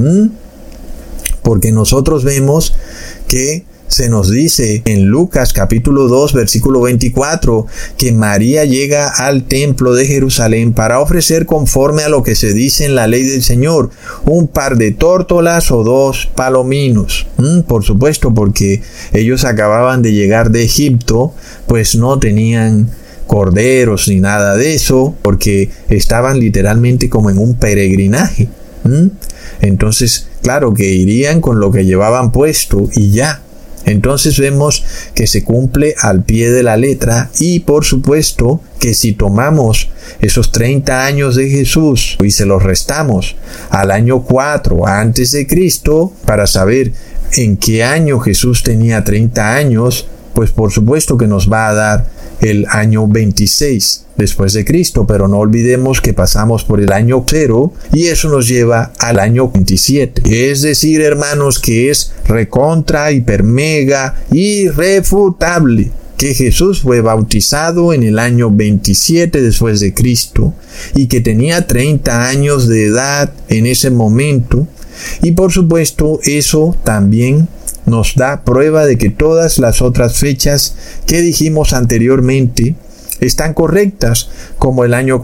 Porque nosotros vemos que se nos dice en Lucas capítulo 2 versículo 24 que María llega al templo de Jerusalén para ofrecer, conforme a lo que se dice en la ley del Señor, un par de tórtolas o 2 palominos. Por supuesto, porque ellos acababan de llegar de Egipto, pues no tenían corderos ni nada de eso, porque estaban literalmente como en un peregrinaje. Entonces, claro que irían con lo que llevaban puesto y ya. Entonces vemos que se cumple al pie de la letra, y por supuesto que si tomamos esos 30 años de Jesús y se los restamos al año 4 antes de Cristo para saber en qué año Jesús tenía 30 años, pues por supuesto que nos va a dar el año 26 después de Cristo, pero no olvidemos que pasamos por el año 0 y eso nos lleva al año 27. Es decir, hermanos, que es recontra, hiper, mega, irrefutable que Jesús fue bautizado en el año 27 después de Cristo y que tenía 30 años de edad en ese momento. Y por supuesto, eso también nos da prueba de que todas las otras fechas que dijimos anteriormente están correctas, como el año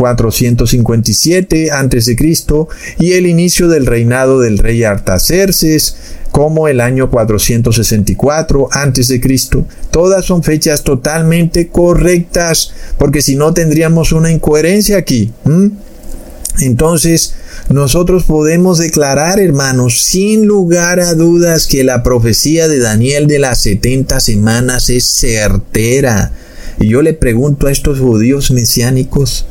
457 a.C. y el inicio del reinado del rey Artaxerxes, como el año 464 a.C. Todas son fechas totalmente correctas, porque si no tendríamos una incoherencia aquí. Entonces, nosotros podemos declarar, hermanos, sin lugar a dudas, que la profecía de Daniel de las 70 semanas es certera. Y yo le pregunto a estos judíos mesiánicos,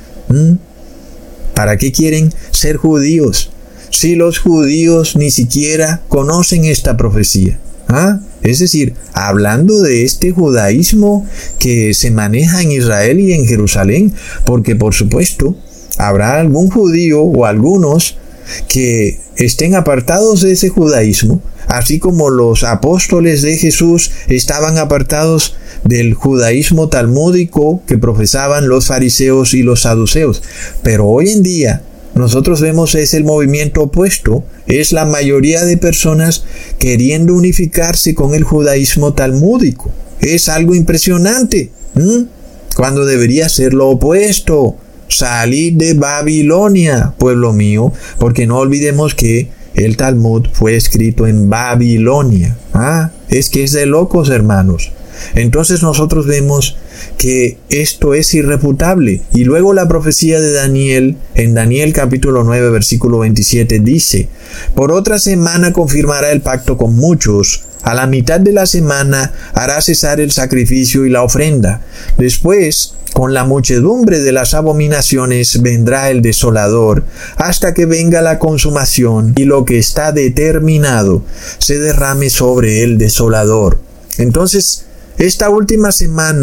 ¿para qué quieren ser judíos si los judíos ni siquiera conocen esta profecía? Es decir, hablando de este judaísmo que se maneja en Israel y en Jerusalén, porque por supuesto habrá algún judío o algunos que estén apartados de ese judaísmo, así como los apóstoles de Jesús estaban apartados del judaísmo talmúdico que profesaban los fariseos y los saduceos. Pero hoy en día nosotros vemos es el movimiento opuesto, es la mayoría de personas queriendo unificarse con el judaísmo talmúdico. Es algo impresionante, cuando debería ser lo opuesto. Salid de Babilonia, pueblo mío, porque no olvidemos que el Talmud fue escrito en Babilonia. Es que es de locos, hermanos. Entonces nosotros vemos que esto es irrefutable. Y luego la profecía de Daniel, en Daniel capítulo 9, versículo 27, dice: por otra semana confirmará el pacto con muchos. A la mitad de la semana hará cesar el sacrificio y la ofrenda. Después, con la muchedumbre de las abominaciones vendrá el desolador, hasta que venga la consumación y lo que está determinado se derrame sobre el desolador. Entonces, esta última semana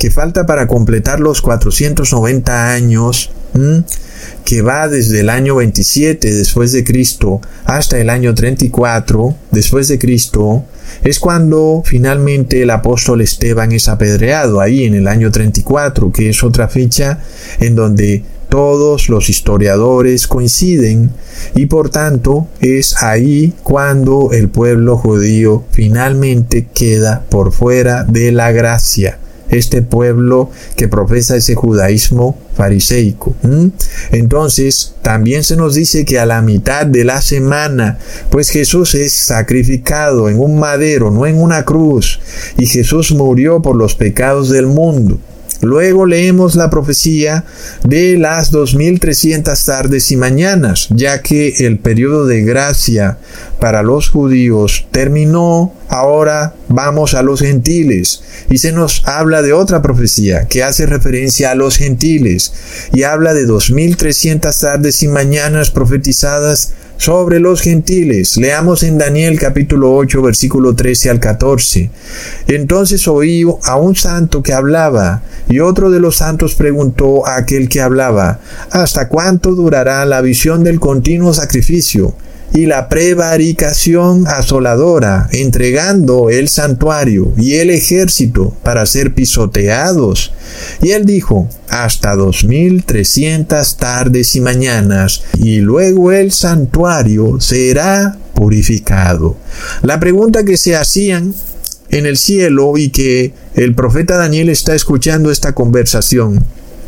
que falta para completar los 490 años, que va desde el año 27 después de Cristo hasta el año 34 después de Cristo, es cuando finalmente el apóstol Esteban es apedreado, ahí en el año 34, que es otra fecha en donde todos los historiadores coinciden, y por tanto es ahí cuando el pueblo judío finalmente queda por fuera de la gracia. Este pueblo que profesa ese judaísmo fariseico. Entonces, también se nos dice que a la mitad de la semana, pues Jesús es sacrificado en un madero, no en una cruz, y Jesús murió por los pecados del mundo. Luego leemos la profecía de las 2300 tardes y mañanas, ya que el periodo de gracia para los judíos terminó. Ahora vamos a los gentiles y se nos habla de otra profecía que hace referencia a los gentiles y habla de 2300 tardes y mañanas profetizadas sobre los gentiles. Leamos en Daniel capítulo 8 versículo 13 al 14. Entonces oí a un santo que hablaba, y otro de los santos preguntó a aquel que hablaba: ¿hasta cuánto durará la visión del continuo sacrificio y la prevaricación asoladora, entregando el santuario y el ejército para ser pisoteados? Y él dijo: hasta 2300 tardes y mañanas, y luego el santuario será purificado. La pregunta que se hacían en el cielo, y que el profeta Daniel está escuchando esta conversación,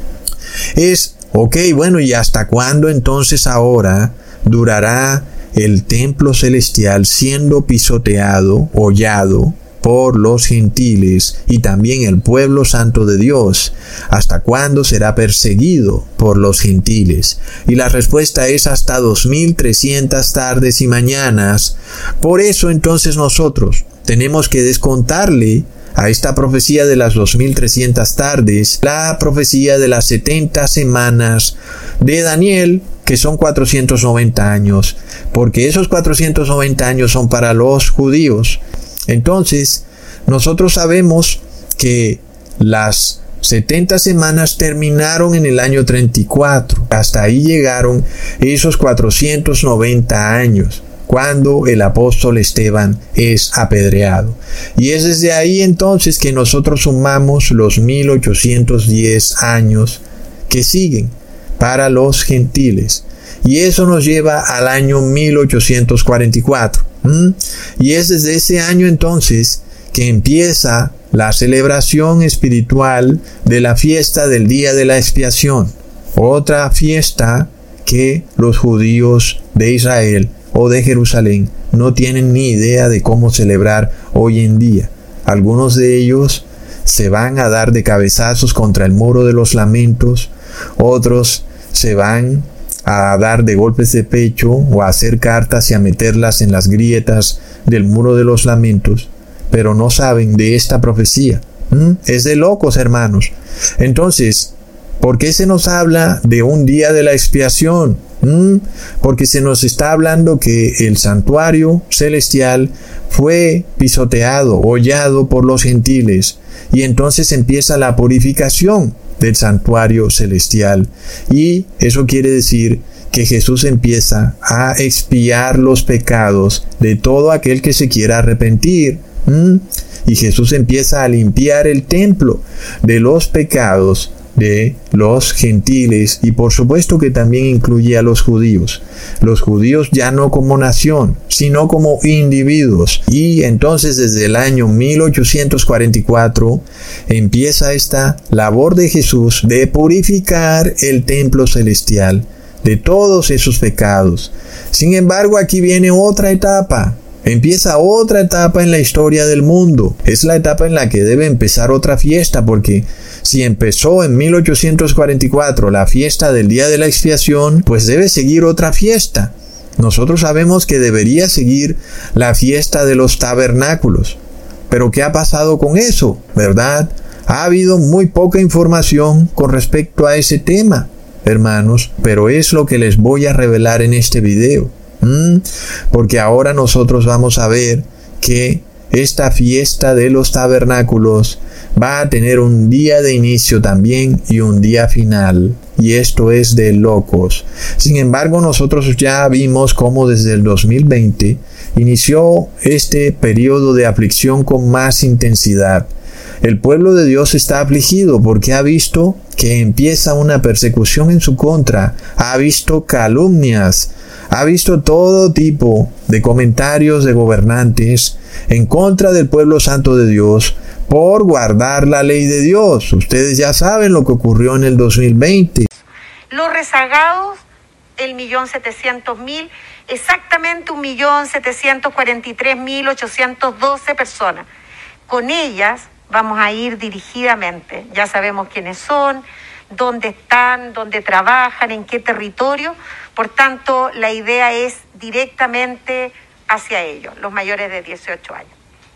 es: ok, bueno, ¿y hasta cuándo entonces ahora durará el templo celestial siendo pisoteado, hollado por los gentiles y también el pueblo santo de Dios? ¿Hasta cuándo será perseguido por los gentiles? Y la respuesta es: hasta 2300 tardes y mañanas. Por eso entonces nosotros tenemos que descontarle a esta profecía de las 2300 tardes la profecía de las 70 semanas de Daniel, que son 490 años, porque esos 490 años son para los judíos. Entonces, nosotros sabemos que las 70 semanas terminaron en el año 34. Hasta ahí llegaron esos 490 años, cuando el apóstol Esteban es apedreado. Y es desde ahí entonces que nosotros sumamos los 1810 años que siguen para los gentiles. Y eso nos lleva al año 1844. Y es desde ese año entonces que empieza la celebración espiritual de la fiesta del Día de la Expiación. Otra fiesta que los judíos de Israel o de Jerusalén no tienen ni idea de cómo celebrar hoy en día. Algunos de ellos se van a dar de cabezazos contra el muro de los lamentos, otros se van a dar de golpes de pecho o a hacer cartas y a meterlas en las grietas del muro de los lamentos, pero no saben de esta profecía. Es de locos, hermanos. Entonces, ¿por qué se nos habla de un día de la expiación? Porque se nos está hablando que el santuario celestial fue pisoteado, hollado por los gentiles, y entonces empieza la purificación del santuario celestial, y eso quiere decir que Jesús empieza a expiar los pecados de todo aquel que se quiera arrepentir, y Jesús empieza a limpiar el templo de los pecados de los gentiles, y por supuesto que también incluye a los judíos ya no como nación, sino como individuos. Y entonces desde el año 1844 empieza esta labor de Jesús de purificar el templo celestial de todos esos pecados. Sin embargo, aquí viene otra etapa. Empieza otra etapa en la historia del mundo. Es la etapa en la que debe empezar otra fiesta, porque si empezó en 1844 la fiesta del Día de la Expiación, pues debe seguir otra fiesta. Nosotros sabemos que debería seguir la fiesta de los tabernáculos. Pero ¿qué ha pasado con eso? ¿Verdad? Ha habido muy poca información con respecto a ese tema, hermanos, pero es lo que les voy a revelar en este video. Porque ahora nosotros vamos a ver que esta fiesta de los tabernáculos va a tener un día de inicio también y un día final. Y esto es de locos. Sin embargo, nosotros ya vimos cómo desde el 2020 inició este periodo de aflicción con más intensidad. El pueblo de Dios está afligido porque ha visto que empieza una persecución en su contra, ha visto calumnias, ha visto todo tipo de comentarios de gobernantes en contra del pueblo santo de Dios por guardar la ley de Dios. Ustedes ya saben lo que ocurrió en el 2020. Los rezagados, 1.700.000, exactamente 1.743.812 personas. Con ellas vamos a ir dirigidamente. Ya sabemos quiénes son, dónde están, dónde trabajan, en qué territorio. Por tanto, la idea es directamente hacia ellos, los mayores de 18 años.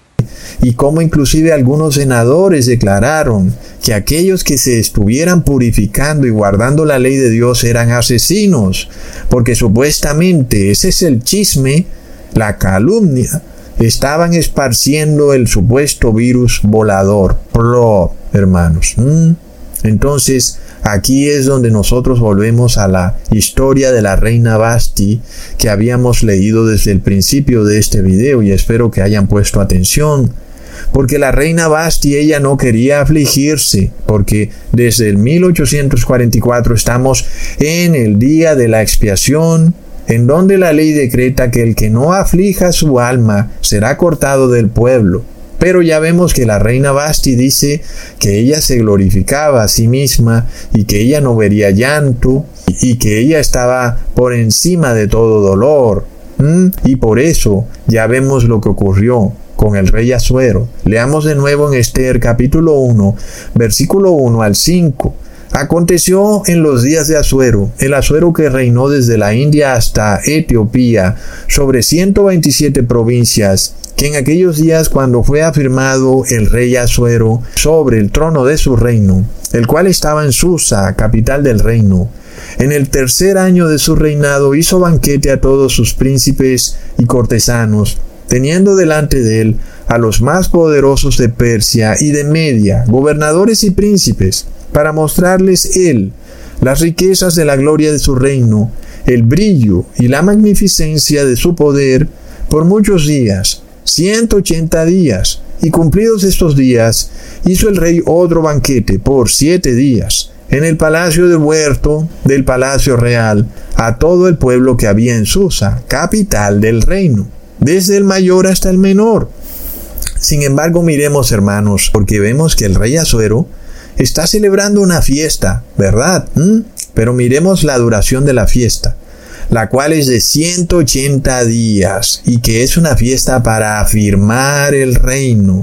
Y como inclusive algunos senadores declararon que aquellos que se estuvieran purificando y guardando la ley de Dios eran asesinos, porque supuestamente ese es el chisme, la calumnia. Estaban esparciendo el supuesto virus volador. Hermanos. Entonces, aquí es donde nosotros volvemos a la historia de la reina Vasti que habíamos leído desde el principio de este video, y espero que hayan puesto atención. Porque la reina Vasti, ella no quería afligirse, porque desde el 1844 estamos en el día de la expiación, en donde la ley decreta que el que no aflija su alma será cortado del pueblo. Pero ya vemos que la reina Vasti dice que ella se glorificaba a sí misma y que ella no vería llanto y que ella estaba por encima de todo dolor. Y por eso ya vemos lo que ocurrió con el rey Asuero. Leamos de nuevo en Esther capítulo 1, versículo 1 al 5. Aconteció en los días de Asuero, el Asuero que reinó desde la India hasta Etiopía, sobre 127 provincias, que en aquellos días cuando fue afirmado el rey Asuero sobre el trono de su reino, el cual estaba en Susa, capital del reino, en el tercer año de su reinado hizo banquete a todos sus príncipes y cortesanos, teniendo delante de él a los más poderosos de Persia y de Media, gobernadores y príncipes, para mostrarles él las riquezas de la gloria de su reino, el brillo y la magnificencia de su poder, por muchos días, 180 días, y cumplidos estos días, hizo el rey otro banquete por 7 días, en el palacio del huerto del palacio real, a todo el pueblo que había en Susa, capital del reino, desde el mayor hasta el menor. Sin embargo, miremos, hermanos, porque vemos que el rey Asuero está celebrando una fiesta, ¿verdad? Pero miremos la duración de la fiesta, la cual es de 180 días y que es una fiesta para afirmar el reino.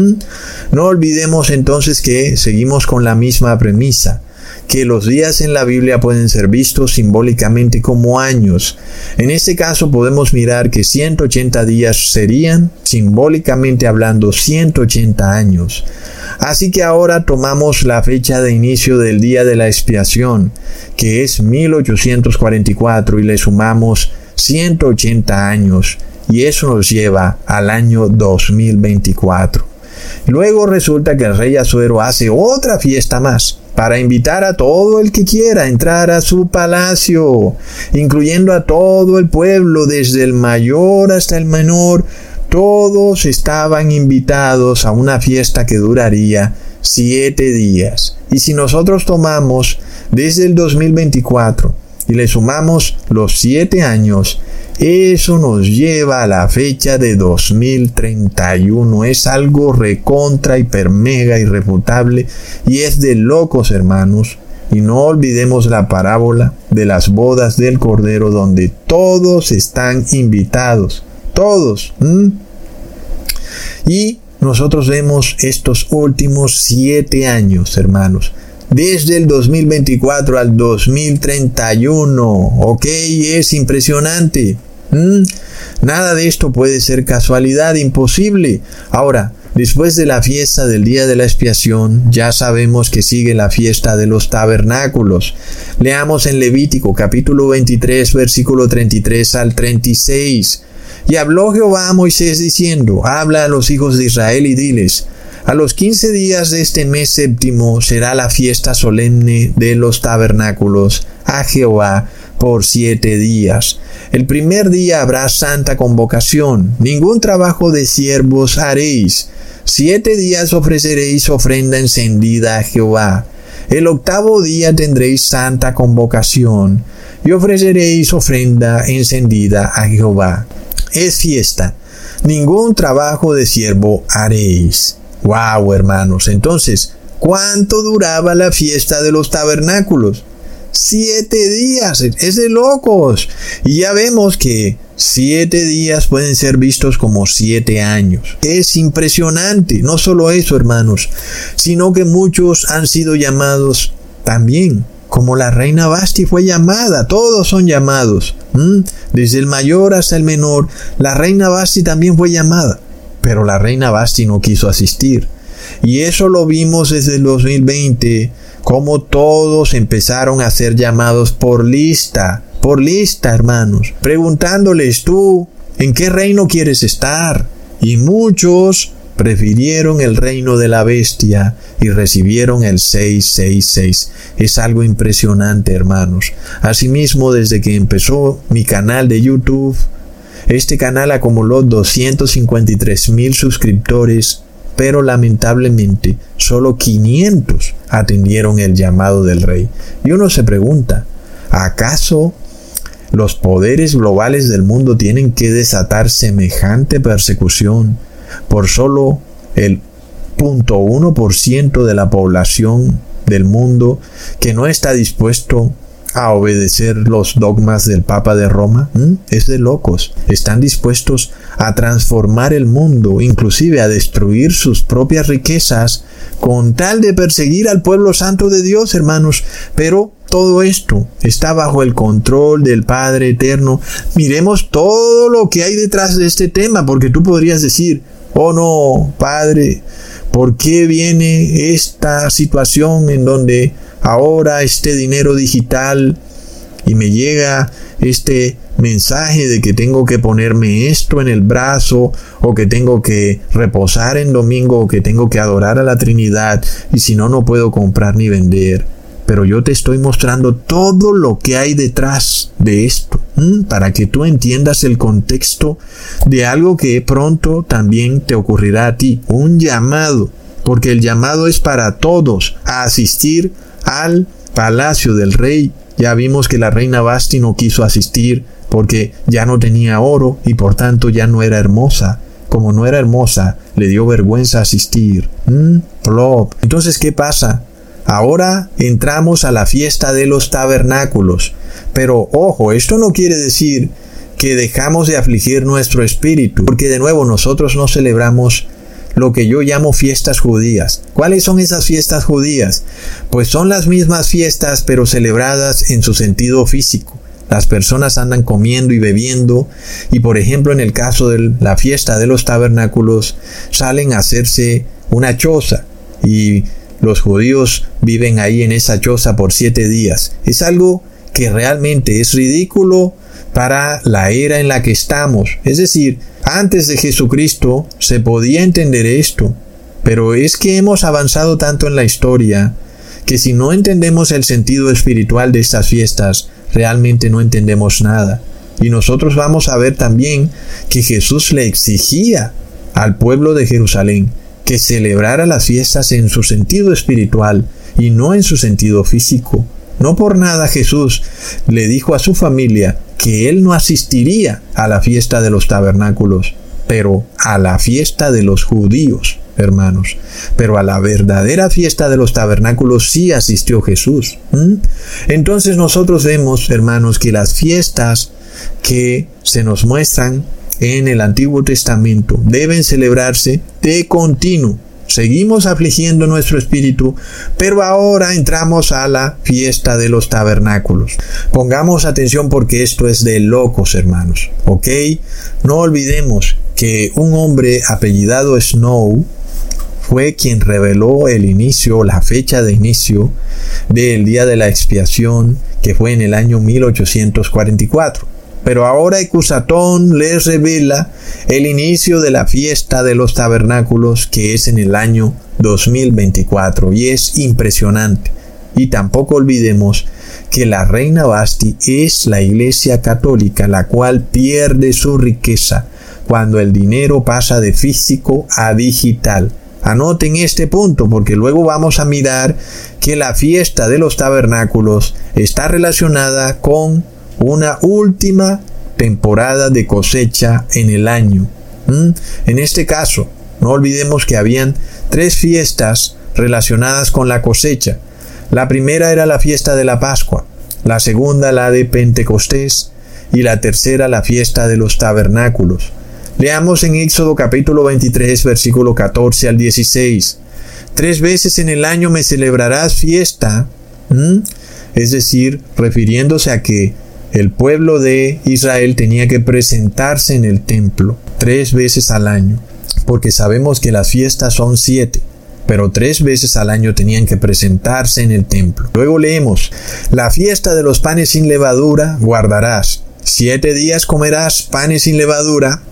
No olvidemos entonces que seguimos con la misma premisa, que los días en la Biblia pueden ser vistos simbólicamente como años. En este caso podemos mirar que 180 días serían, simbólicamente hablando, 180 años. Así que ahora tomamos la fecha de inicio del día de la expiación, que es 1844, y le sumamos 180 años, y eso nos lleva al año 2024. Luego resulta que el rey Asuero hace otra fiesta más, para invitar a todo el que quiera entrar a su palacio, incluyendo a todo el pueblo, desde el mayor hasta el menor. Todos estaban invitados a una fiesta que duraría 7 días. Y si nosotros tomamos desde el 2024 y le sumamos los 7 años, eso nos lleva a la fecha de 2031. Es algo recontra, hiper, mega, irrefutable, y es de locos, hermanos. Y no olvidemos la parábola de las bodas del Cordero, donde todos están invitados. Todos. Y nosotros vemos estos últimos 7 años, hermanos. Desde el 2024 al 2031. Ok, es impresionante. Nada de esto puede ser casualidad, imposible. Ahora, después de la fiesta del día de la expiación, ya sabemos que sigue la fiesta de los tabernáculos. Leamos en Levítico capítulo 23, versículo 33 al 36. Y habló Jehová a Moisés diciendo: habla a los hijos de Israel y diles: a los 15 días de este mes séptimo será la fiesta solemne de los tabernáculos a Jehová por 7 días. El primer día habrá santa convocación, ningún trabajo de siervos haréis. 7 días ofreceréis ofrenda encendida a Jehová. El 8º día tendréis santa convocación y ofreceréis ofrenda encendida a Jehová. Es fiesta, ningún trabajo de siervo haréis. ¡Wow, hermanos! Entonces, ¿cuánto duraba la fiesta de los tabernáculos? 7 días, es de locos. Y ya vemos que 7 días pueden ser vistos como 7 años. Es impresionante. No solo eso, hermanos, sino que muchos han sido llamados también, como la reina Vasti fue llamada. Todos son llamados. Desde el mayor hasta el menor, la reina Vasti también fue llamada. Pero la reina Vasti no quiso asistir. Y eso lo vimos desde el 2020, como todos empezaron a ser llamados por lista, hermanos, preguntándoles: tú, ¿en qué reino quieres estar? Y muchos prefirieron el reino de la bestia y recibieron el 666. Es algo impresionante, hermanos. Asimismo, desde que empezó mi canal de YouTube, este canal acumuló 253,000 suscriptores, pero lamentablemente solo 500 atendieron el llamado del Rey. Y uno se pregunta: ¿acaso los poderes globales del mundo tienen que desatar semejante persecución por solo el 0.1% de la población del mundo que no está dispuesto a obedecer los dogmas del Papa de Roma? Es de locos. Están dispuestos a transformar el mundo, inclusive a destruir sus propias riquezas, con tal de perseguir al pueblo santo de Dios, hermanos. Pero todo esto está bajo el control del Padre Eterno. Miremos todo lo que hay detrás de este tema, porque tú podrías decir: oh no, Padre, ¿por qué viene esta situación en donde ahora este dinero digital y me llega este mensaje de que tengo que ponerme esto en el brazo, o que tengo que reposar en domingo, o que tengo que adorar a la Trinidad, y si no, no puedo comprar ni vender? Pero yo te estoy mostrando todo lo que hay detrás de esto, para que tú entiendas el contexto de algo que pronto también te ocurrirá a ti, un llamado, porque el llamado es para todos a asistir al palacio del rey. Ya vimos que la reina Vasti no quiso asistir porque ya no tenía oro y por tanto ya no era hermosa. Como no era hermosa, le dio vergüenza asistir. Plop. Entonces, ¿qué pasa? Ahora entramos a la fiesta de los tabernáculos. Pero ojo, esto no quiere decir que dejamos de afligir nuestro espíritu, porque de nuevo nosotros no celebramos lo que yo llamo fiestas judías. ¿Cuáles son esas fiestas judías? Pues son las mismas fiestas, pero celebradas en su sentido físico. Las personas andan comiendo y bebiendo, y por ejemplo en el caso de la fiesta de los tabernáculos, salen a hacerse una choza, y los judíos viven ahí en esa choza por 7 días. Es algo que realmente es ridículo para la era en la que estamos. Es decir, antes de Jesucristo se podía entender esto, pero es que hemos avanzado tanto en la historia que si no entendemos el sentido espiritual de estas fiestas, realmente no entendemos nada. Y nosotros vamos a ver también que Jesús le exigía al pueblo de Jerusalén que celebrara las fiestas en su sentido espiritual y no en su sentido físico. No por nada Jesús le dijo a su familia que él no asistiría a la fiesta de los tabernáculos, pero a la fiesta de los judíos, hermanos. Pero a la verdadera fiesta de los tabernáculos sí asistió Jesús. Entonces nosotros vemos, hermanos, que las fiestas que se nos muestran en el Antiguo Testamento deben celebrarse de continuo. Seguimos afligiendo nuestro espíritu, pero ahora entramos a la fiesta de los tabernáculos. Pongamos atención porque esto es de locos, hermanos. ¿Ok? No olvidemos que un hombre apellidado Snow fue quien reveló el inicio, la fecha de inicio del día de la expiación, que fue en el año 1844. Pero ahora Ecusatón les revela el inicio de la fiesta de los tabernáculos, que es en el año 2024, y es impresionante. Y tampoco olvidemos que la reina Vasti es la Iglesia Católica, la cual pierde su riqueza cuando el dinero pasa de físico a digital. Anoten este punto, porque luego vamos a mirar que la fiesta de los tabernáculos está relacionada con una última temporada de cosecha en el año. En este caso, no olvidemos que habían 3 fiestas relacionadas con la cosecha. La primera era la fiesta de la Pascua, la segunda la de Pentecostés y la tercera la fiesta de los tabernáculos. Leamos en Éxodo capítulo 23, versículo 14 al 16. 3 veces en el año me celebrarás fiesta. Es decir, refiriéndose a que el pueblo de Israel tenía que presentarse en el templo 3 veces al año, porque sabemos que las fiestas son 7. Pero 3 veces al año tenían que presentarse en el templo. Luego leemos, la fiesta de los panes sin levadura guardarás. 7 días comerás panes sin levadura,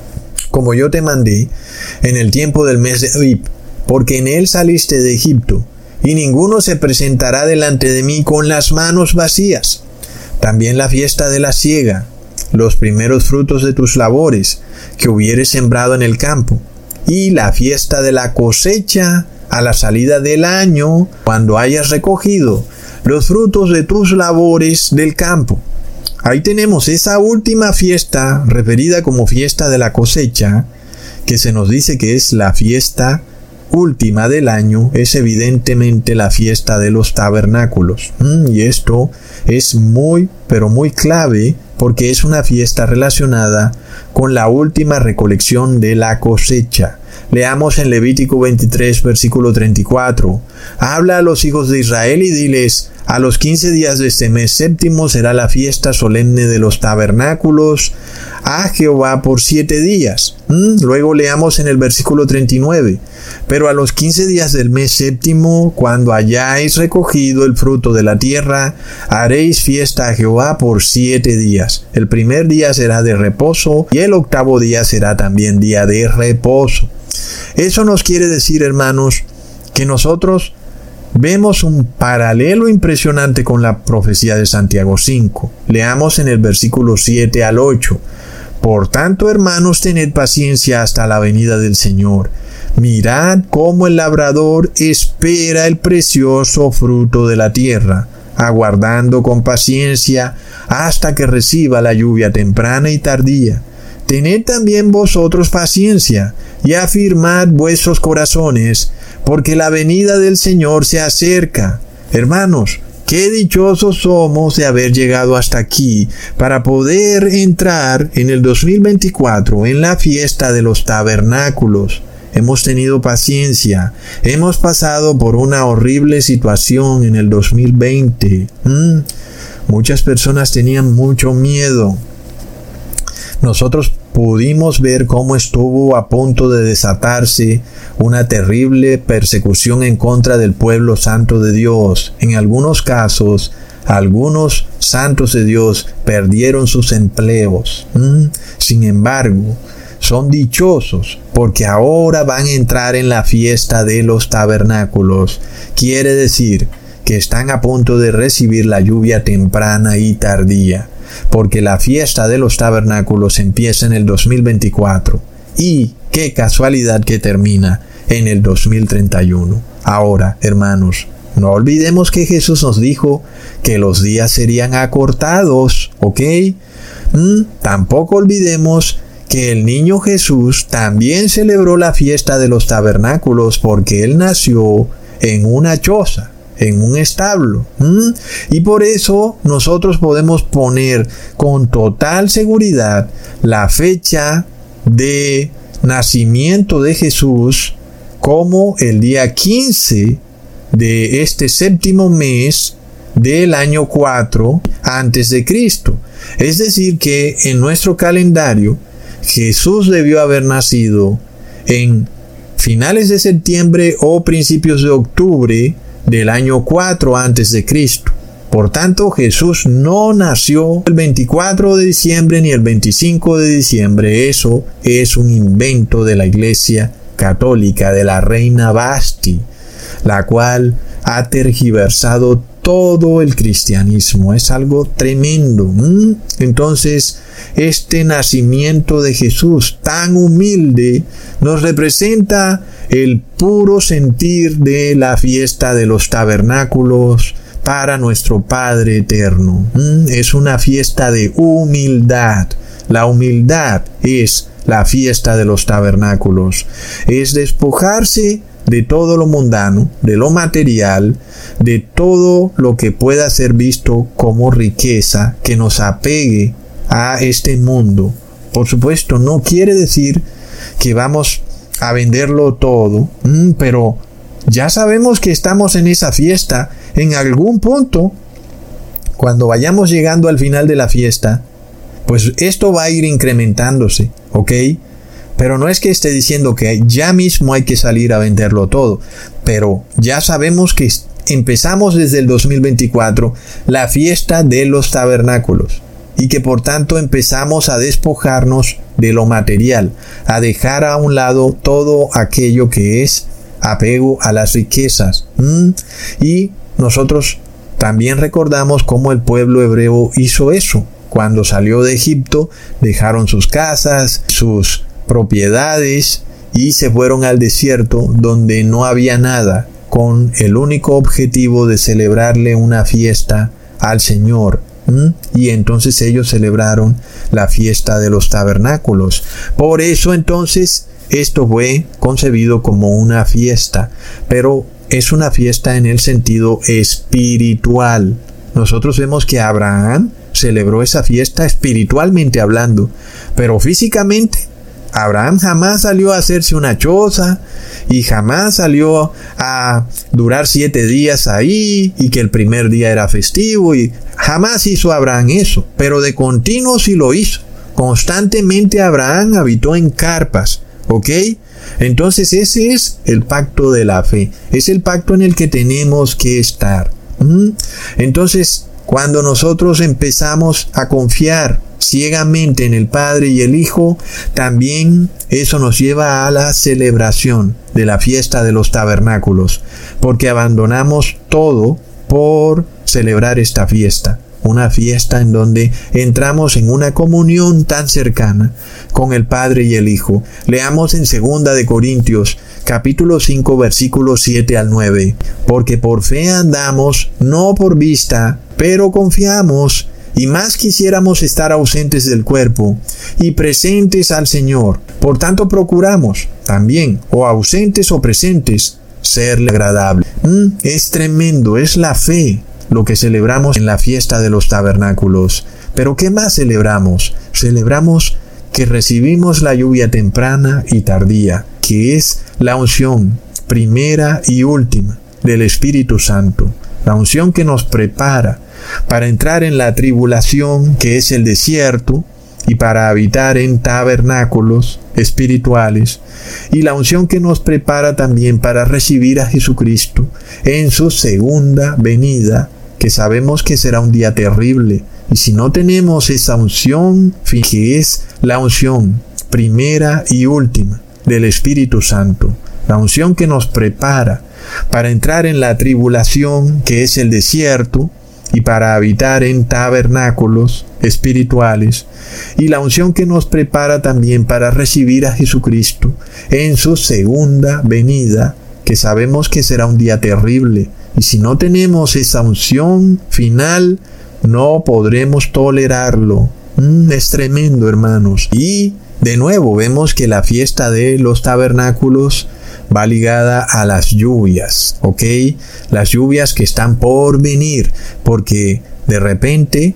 como yo te mandé, en el tiempo del mes de Abib, porque en él saliste de Egipto, y ninguno se presentará delante de mí con las manos vacías. También la fiesta de la siega, los primeros frutos de tus labores, que hubieres sembrado en el campo, y la fiesta de la cosecha a la salida del año, cuando hayas recogido los frutos de tus labores del campo. Ahí tenemos esa última fiesta, referida como fiesta de la cosecha, que se nos dice que es la fiesta última del año, es evidentemente la fiesta de los tabernáculos. Y esto es muy, pero muy clave, porque es una fiesta relacionada con la última recolección de la cosecha. Leamos en Levítico 23, versículo 34. Habla a los hijos de Israel y diles, a los 15 días de este mes séptimo será la fiesta solemne de los tabernáculos a Jehová por 7 días. Luego leamos en el versículo 39. Pero a los 15 días del mes séptimo, cuando hayáis recogido el fruto de la tierra, haréis fiesta a Jehová por 7 días. El primer día será de reposo y el 8º día será también día de reposo. Eso nos quiere decir, hermanos, que nosotros vemos un paralelo impresionante con la profecía de Santiago 5. Leamos en el versículo 7 al 8. Por tanto, hermanos, tened paciencia hasta la venida del Señor. Mirad cómo el labrador espera el precioso fruto de la tierra, aguardando con paciencia hasta que reciba la lluvia temprana y tardía. Tened también vosotros paciencia y afirmad vuestros corazones, porque la venida del Señor se acerca. Hermanos, qué dichosos somos de haber llegado hasta aquí para poder entrar en el 2024 en la fiesta de los tabernáculos. Hemos tenido paciencia, hemos pasado por una horrible situación en el 2020. Muchas personas tenían mucho miedo. Nosotros pudimos ver cómo estuvo a punto de desatarse una terrible persecución en contra del pueblo santo de Dios. En algunos casos, algunos santos de Dios perdieron sus empleos. Sin embargo, son dichosos porque ahora van a entrar en la fiesta de los tabernáculos. Quiere decir que están a punto de recibir la lluvia temprana y tardía, porque la fiesta de los tabernáculos empieza en el 2024 y qué casualidad que termina en el 2031. Ahora, hermanos, no olvidemos que Jesús nos dijo que los días serían acortados, ¿ok? Tampoco olvidemos que el niño Jesús también celebró la fiesta de los tabernáculos porque él nació en una choza, en un establo. Y por eso nosotros podemos poner con total seguridad la fecha de nacimiento de Jesús como el día 15 de este séptimo mes del año 4 antes de Cristo. Es decir que en nuestro calendario Jesús debió haber nacido en finales de septiembre o principios de octubre del año 4 antes de Cristo. Por tanto, Jesús no nació el 24 de diciembre ni el 25 de diciembre. Eso es un invento de la Iglesia Católica, de la reina Vashti, la cual ha tergiversado todo el cristianismo. Es algo tremendo. Entonces, este nacimiento de Jesús tan humilde nos representa el puro sentir de la fiesta de los tabernáculos para nuestro Padre eterno. Es una fiesta de humildad. La humildad es la fiesta de los tabernáculos. Es despojarse de todo lo mundano, de lo material, de todo lo que pueda ser visto como riqueza que nos apegue a este mundo. Por supuesto, no quiere decir que vamos a venderlo todo, pero ya sabemos que estamos en esa fiesta. En algún punto, cuando vayamos llegando al final de la fiesta, pues esto va a ir incrementándose, ¿ok? Pero no es que esté diciendo que ya mismo hay que salir a venderlo todo, pero ya sabemos que empezamos desde el 2024 la fiesta de los tabernáculos y que por tanto empezamos a despojarnos de lo material, a dejar a un lado todo aquello que es apego a las riquezas. Y nosotros también recordamos cómo el pueblo hebreo hizo eso. Cuando salió de Egipto, dejaron sus casas, sus propiedades y se fueron al desierto donde no había nada, con el único objetivo de celebrarle una fiesta al Señor. Y entonces ellos celebraron la fiesta de los tabernáculos. Por eso entonces esto fue concebido como una fiesta, pero es una fiesta en el sentido espiritual. Nosotros vemos que Abraham celebró esa fiesta espiritualmente hablando, pero físicamente Abraham jamás salió a hacerse una choza y jamás salió a durar 7 días ahí y que el primer día era festivo, y jamás hizo Abraham eso, pero de continuo sí lo hizo. Constantemente Abraham habitó en carpas, ¿ok? Entonces ese es el pacto de la fe, es el pacto en el que tenemos que estar. Entonces, cuando nosotros empezamos a confiar ciegamente en el Padre y el Hijo, también eso nos lleva a la celebración de la fiesta de los tabernáculos, porque abandonamos todo por celebrar esta fiesta. Una fiesta en donde entramos en una comunión tan cercana con el Padre y el Hijo. Leamos en 2 de Corintios, capítulo 5, versículos 7 al 9. Porque por fe andamos, no por vista, pero confiamos, y más quisiéramos estar ausentes del cuerpo y presentes al Señor. Por tanto procuramos también, o ausentes o presentes, serle agradable. Es tremendo, es la fe lo que celebramos en la fiesta de los tabernáculos. Pero ¿qué más celebramos? Celebramos que recibimos la lluvia temprana y tardía, que es la unción primera y última del Espíritu Santo. La unción que nos prepara para entrar en la tribulación, que es el desierto, y para habitar en tabernáculos espirituales, y la unción que nos prepara también para recibir a Jesucristo en su segunda venida, que sabemos que será un día terrible. Y si no tenemos esa unción, que es la unción primera y última del Espíritu Santo, la unción que nos prepara para entrar en la tribulación, que es el desierto, y para habitar en tabernáculos espirituales, y la unción que nos prepara también para recibir a Jesucristo en su segunda venida, que sabemos que será un día terrible. Y si no tenemos esa unción final, no podremos tolerarlo. Es tremendo, hermanos. Y de nuevo vemos que la fiesta de los tabernáculos va ligada a las lluvias, ¿ok? Las lluvias que están por venir, porque de repente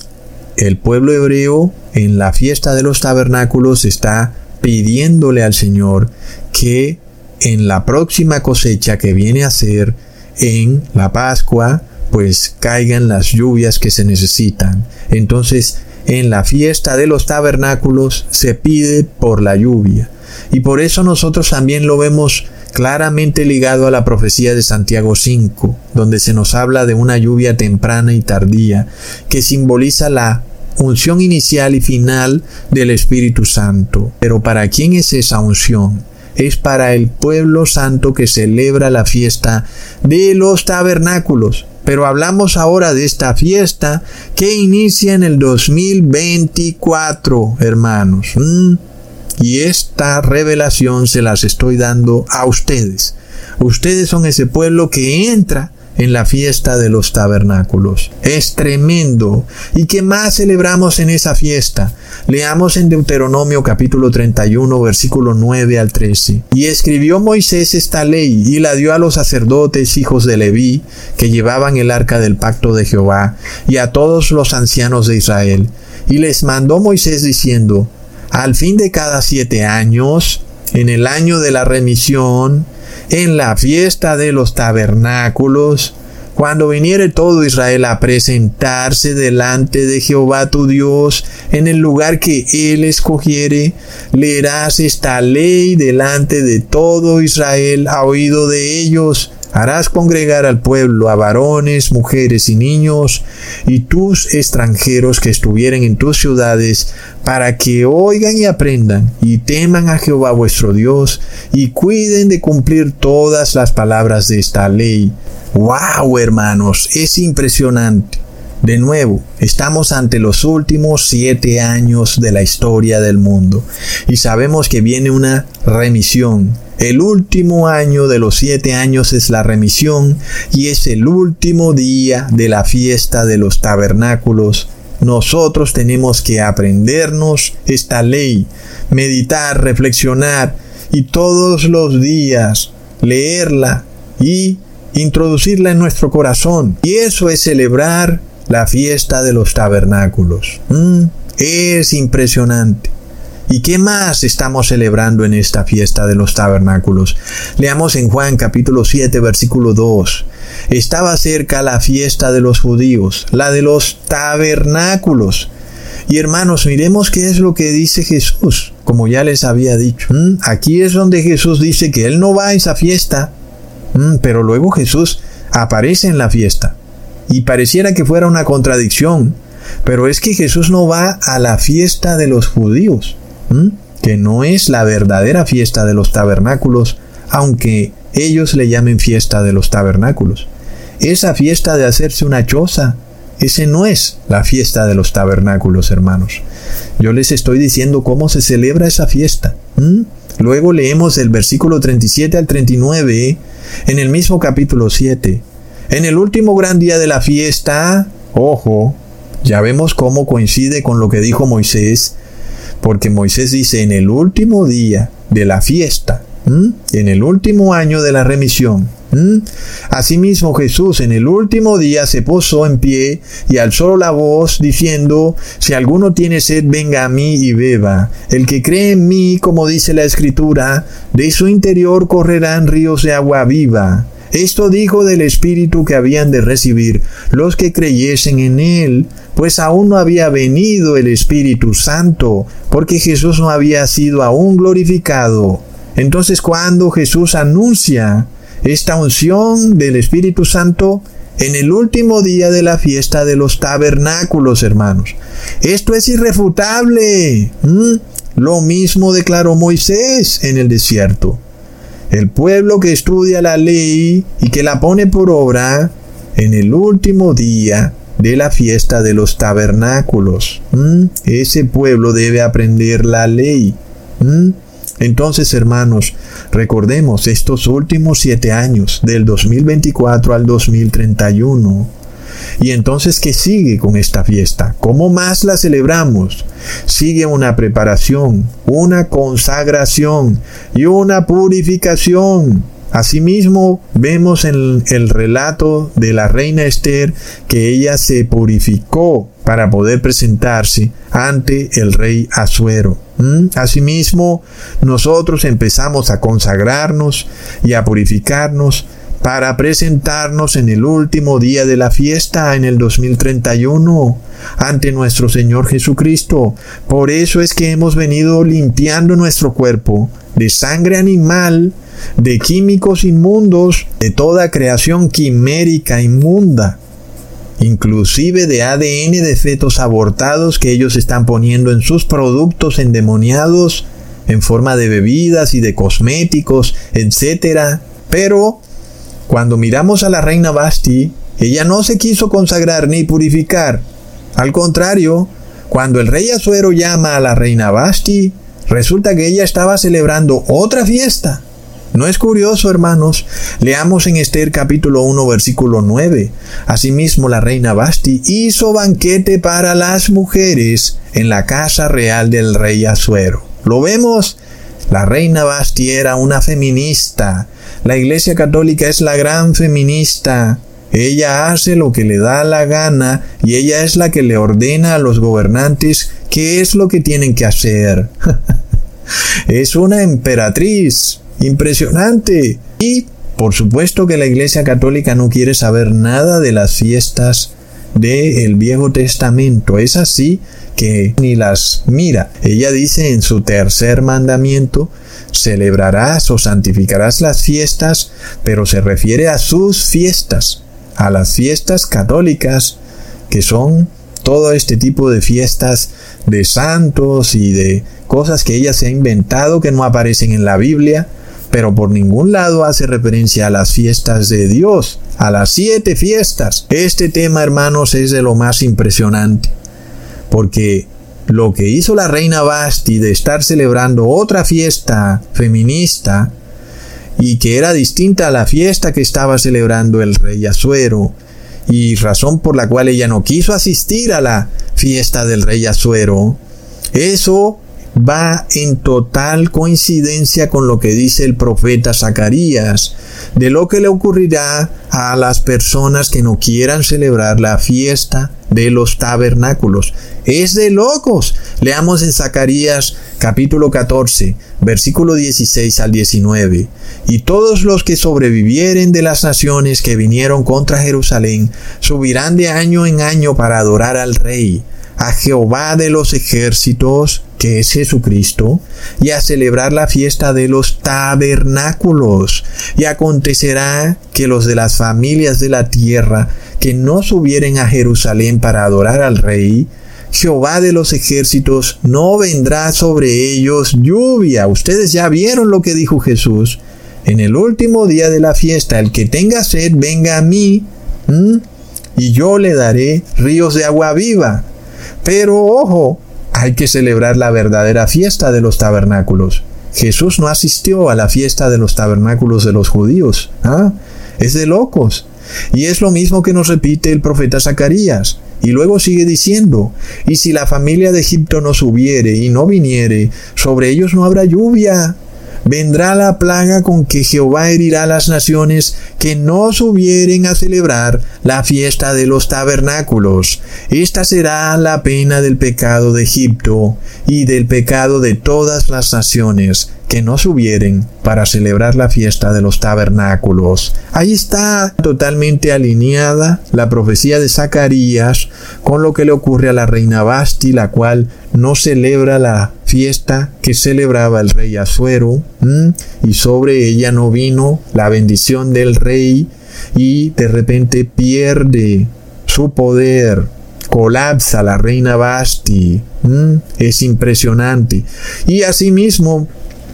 el pueblo hebreo en la fiesta de los tabernáculos está pidiéndole al Señor que en la próxima cosecha que viene a ser en la Pascua, pues caigan las lluvias que se necesitan. Entonces, en la fiesta de los tabernáculos se pide por la lluvia. Y por eso nosotros también lo vemos claramente ligado a la profecía de Santiago 5, donde se nos habla de una lluvia temprana y tardía, que simboliza la unción inicial y final del Espíritu Santo. Pero ¿para quién es esa unción? Es para el pueblo santo que celebra la fiesta de los tabernáculos. Pero hablamos ahora de esta fiesta que inicia en el 2024, hermanos. Y esta revelación se las estoy dando a ustedes. Ustedes son ese pueblo que entra en la fiesta de los tabernáculos. Es tremendo. ¿Y qué más celebramos en esa fiesta? Leamos en Deuteronomio capítulo 31, versículo 9 al 13. Y escribió Moisés esta ley y la dio a los sacerdotes hijos de Leví, que llevaban el arca del pacto de Jehová, y a todos los ancianos de Israel. Y les mandó Moisés diciendo: al fin de cada 7 años, en el año de la remisión, en la fiesta de los tabernáculos, cuando viniere todo Israel a presentarse delante de Jehová tu Dios en el lugar que él escogiere, leerás esta ley delante de todo Israel a oído de ellos. Harás congregar al pueblo, a varones, mujeres y niños, y tus extranjeros que estuvieren en tus ciudades, para que oigan y aprendan, y teman a Jehová vuestro Dios, y cuiden de cumplir todas las palabras de esta ley. ¡Wow, hermanos! Es impresionante. De nuevo, estamos ante los últimos 7 años de la historia del mundo, y sabemos que viene una remisión. El último año de los 7 años es la remisión y es el último día de la fiesta de los tabernáculos. Nosotros tenemos que aprendernos esta ley, meditar, reflexionar y todos los días leerla y introducirla en nuestro corazón. Y eso es celebrar la fiesta de los tabernáculos. Es impresionante. ¿Y qué más estamos celebrando en esta fiesta de los tabernáculos? Leamos en Juan capítulo 7, versículo 2. Estaba cerca la fiesta de los judíos, la de los tabernáculos. Y hermanos, miremos qué es lo que dice Jesús, como ya les había dicho. Aquí es donde Jesús dice que él no va a esa fiesta, pero luego Jesús aparece en la fiesta. Y pareciera que fuera una contradicción, pero es que Jesús no va a la fiesta de los judíos, que no es la verdadera fiesta de los tabernáculos, aunque ellos le llamen fiesta de los tabernáculos. Esa fiesta de hacerse una choza, ese no es la fiesta de los tabernáculos, hermanos. Yo les estoy diciendo cómo se celebra esa fiesta. Luego leemos el versículo 37 al 39, en el mismo capítulo 7. En el último gran día de la fiesta, ojo, ya vemos cómo coincide con lo que dijo Moisés, porque Moisés dice en el último día de la fiesta, en el último año de la remisión. Asimismo Jesús en el último día se posó en pie y alzó la voz diciendo: si alguno tiene sed, venga a mí y beba. El que cree en mí, como dice la Escritura, de su interior correrán ríos de agua viva. Esto dijo del Espíritu que habían de recibir los que creyesen en él, pues aún no había venido el Espíritu Santo, porque Jesús no había sido aún glorificado. Entonces, cuando Jesús anuncia esta unción del Espíritu Santo en el último día de la fiesta de los tabernáculos, hermanos, esto es irrefutable. Lo mismo declaró Moisés en el desierto. El pueblo que estudia la ley y que la pone por obra en el último día de la fiesta de los tabernáculos. Ese pueblo debe aprender la ley. Entonces, hermanos, recordemos estos últimos 7 años, del 2024 al 2031. Y entonces, ¿qué sigue con esta fiesta? ¿Cómo más la celebramos? Sigue una preparación, una consagración y una purificación. Asimismo, vemos en el relato de la reina Esther que ella se purificó para poder presentarse ante el rey Asuero. Asimismo, nosotros empezamos a consagrarnos y a purificarnos para presentarnos en el último día de la fiesta, en el 2031, ante nuestro Señor Jesucristo. Por eso es que hemos venido limpiando nuestro cuerpo de sangre animal, de químicos inmundos, de toda creación quimérica inmunda, inclusive de ADN de fetos abortados que ellos están poniendo en sus productos endemoniados, en forma de bebidas y de cosméticos, etc. Pero cuando miramos a la reina Vashti, ella no se quiso consagrar ni purificar. Al contrario, cuando el rey Asuero llama a la reina Vashti, resulta que ella estaba celebrando otra fiesta. ¿No es curioso, hermanos? Leamos en Esther capítulo 1, versículo 9. Asimismo, la reina Vashti hizo banquete para las mujeres en la casa real del rey Asuero. ¿Lo vemos? La reina Vashti era una feminista. La Iglesia Católica es la gran feminista. Ella hace lo que le da la gana y ella es la que le ordena a los gobernantes qué es lo que tienen que hacer. Es una emperatriz. Impresionante. Y por supuesto que la Iglesia Católica no quiere saber nada de las fiestas del Viejo Testamento. Es así que ni las mira. Ella dice en su tercer mandamiento: celebrarás o santificarás las fiestas, pero se refiere a sus fiestas, a las fiestas católicas, que son todo este tipo de fiestas de santos y de cosas que ella se ha inventado que no aparecen en la Biblia, pero por ningún lado hace referencia a las fiestas de Dios, a las 7 fiestas. Este tema, hermanos, es de lo más impresionante, porque lo que hizo la reina Vashti de estar celebrando otra fiesta feminista y que era distinta a la fiesta que estaba celebrando el rey Asuero, y razón por la cual ella no quiso asistir a la fiesta del rey Asuero, eso va en total coincidencia con lo que dice el profeta Zacarías, de lo que le ocurrirá a las personas que no quieran celebrar la fiesta de los tabernáculos. Es de locos. Leamos en Zacarías capítulo 14, versículo 16 al 19. Y todos los que sobrevivieren de las naciones que vinieron contra Jerusalén subirán de año en año para adorar al Rey, a Jehová de los ejércitos, que es Jesucristo, y a celebrar la fiesta de los tabernáculos. Y acontecerá que los de las familias de la tierra que no subieren a Jerusalén para adorar al Rey, Jehová de los ejércitos no vendrá sobre ellos lluvia. Ustedes ya vieron lo que dijo Jesús. En el último día de la fiesta, el que tenga sed, venga a mí, y yo le daré ríos de agua viva. Pero ojo, hay que celebrar la verdadera fiesta de los tabernáculos. Jesús no asistió a la fiesta de los tabernáculos de los judíos. Es de locos. Y es lo mismo que nos repite el profeta Zacarías. Y luego sigue diciendo: y si la familia de Egipto no subiere y no viniere, sobre ellos no habrá lluvia. Vendrá la plaga con que Jehová herirá a las naciones que no subieren a celebrar la fiesta de los tabernáculos. Esta será la pena del pecado de Egipto y del pecado de todas las naciones que no subieren para celebrar la fiesta de los tabernáculos. Ahí está totalmente alineada la profecía de Zacarías con lo que le ocurre a la reina Vashti, la cual no celebra la fiesta que celebraba el rey Asuero, y sobre ella no vino la bendición del rey, y de repente pierde su poder, colapsa la reina Vashti. Es impresionante. Y asimismo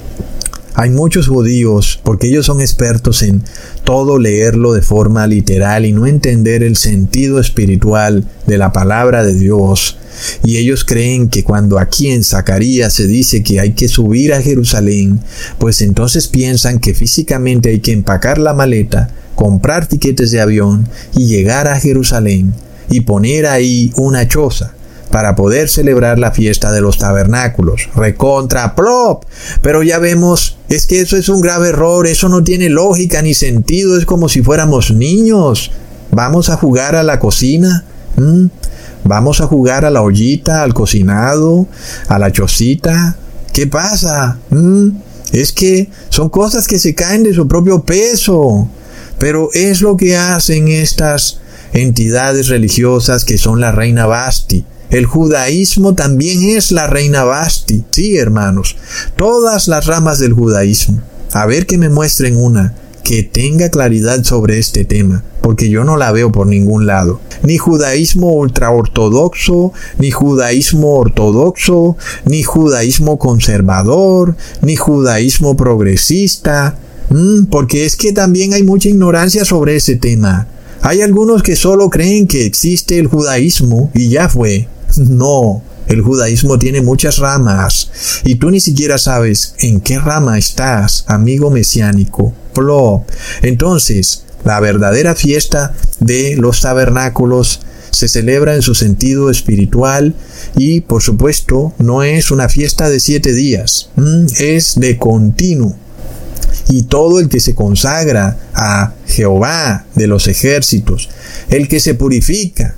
hay muchos judíos, porque ellos son expertos en todo leerlo de forma literal y no entender el sentido espiritual de la palabra de Dios. Y ellos creen que cuando aquí en Zacarías se dice que hay que subir a Jerusalén, pues entonces piensan que físicamente hay que empacar la maleta, comprar tiquetes de avión y llegar a Jerusalén y poner ahí una choza para poder celebrar la fiesta de los tabernáculos. Recontra plop. Pero ya vemos, es que eso es un grave error, eso no tiene lógica ni sentido, es como si fuéramos niños. Vamos a jugar a la cocina, vamos a jugar a la ollita, al cocinado, a la chocita. ¿Qué pasa? Es que son cosas que se caen de su propio peso. Pero es lo que hacen estas entidades religiosas que son la reina Vashti. El judaísmo también es la reina Vasti. Sí, hermanos, todas las ramas del judaísmo. A ver que me muestren una que tenga claridad sobre este tema, porque yo no la veo por ningún lado. Ni judaísmo ultraortodoxo, ni judaísmo ortodoxo, ni judaísmo conservador, ni judaísmo progresista. Porque es que también hay mucha ignorancia sobre ese tema. Hay algunos que solo creen que existe el judaísmo y ya fue. No, el judaísmo tiene muchas ramas y tú ni siquiera sabes en qué rama estás, amigo mesiánico. Entonces, la verdadera fiesta de los tabernáculos se celebra en su sentido espiritual y, por supuesto, no es una fiesta de 7 días, es de continuo. Y todo el que se consagra a Jehová de los ejércitos, el que se purifica,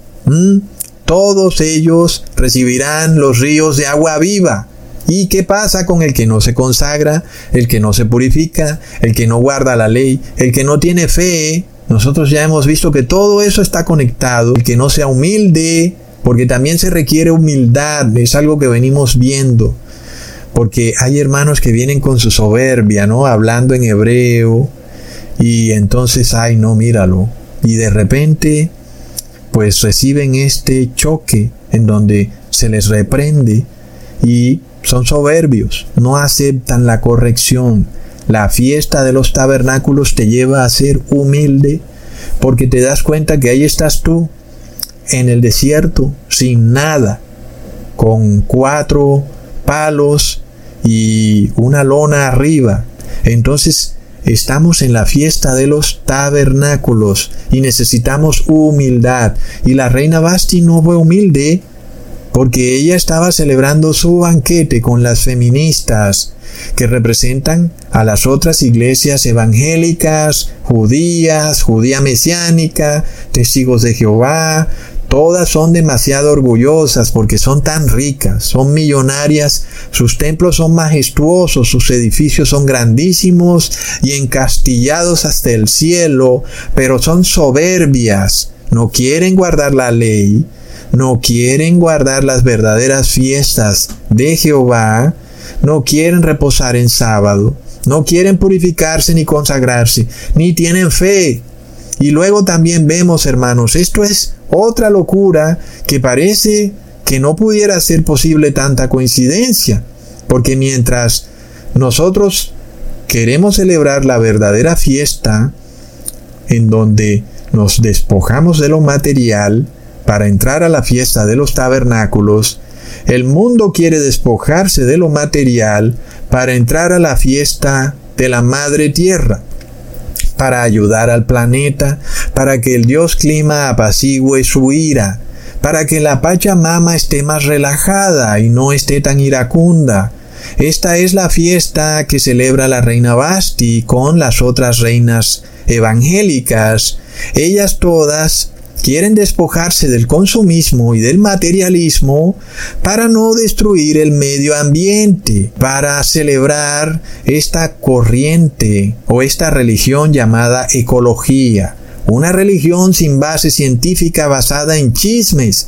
todos ellos recibirán los ríos de agua viva. ¿Y qué pasa con el que no se consagra, el que no se purifica, el que no guarda la ley, el que no tiene fe? Nosotros ya hemos visto que todo eso está conectado. El que no sea humilde, porque también se requiere humildad, es algo que venimos viendo. Porque hay hermanos que vienen con su soberbia, ¿no? Hablando en hebreo. Y entonces, ay, no, míralo. Y de repente, pues reciben este choque en donde se les reprende y son soberbios, no aceptan la corrección. La fiesta de los tabernáculos te lleva a ser humilde, porque te das cuenta que ahí estás tú, en el desierto, sin nada, con 4 palos y una lona arriba. Entonces, estamos en la fiesta de los tabernáculos y necesitamos humildad. Y la reina Vasti no fue humilde, porque ella estaba celebrando su banquete con las feministas, que representan a las otras iglesias evangélicas, judías, judía mesiánica, testigos de Jehová. Todas son demasiado orgullosas porque son tan ricas, son millonarias, sus templos son majestuosos, sus edificios son grandísimos y encastillados hasta el cielo, pero son soberbias, no quieren guardar la ley, no quieren guardar las verdaderas fiestas de Jehová, no quieren reposar en sábado, no quieren purificarse ni consagrarse, ni tienen fe. Y luego también vemos, hermanos, esto es otra locura que parece que no pudiera ser posible tanta coincidencia, porque mientras nosotros queremos celebrar la verdadera fiesta, en donde nos despojamos de lo material para entrar a la fiesta de los tabernáculos, el mundo quiere despojarse de lo material para entrar a la fiesta de la Madre Tierra, para ayudar al planeta, para que el Dios clima apacigüe su ira, para que la Pachamama esté más relajada y no esté tan iracunda. Esta es la fiesta que celebra la reina Vasti con las otras reinas evangélicas. Ellas todas quieren despojarse del consumismo y del materialismo para no destruir el medio ambiente, para celebrar esta corriente o esta religión llamada ecología. Una religión sin base científica basada en chismes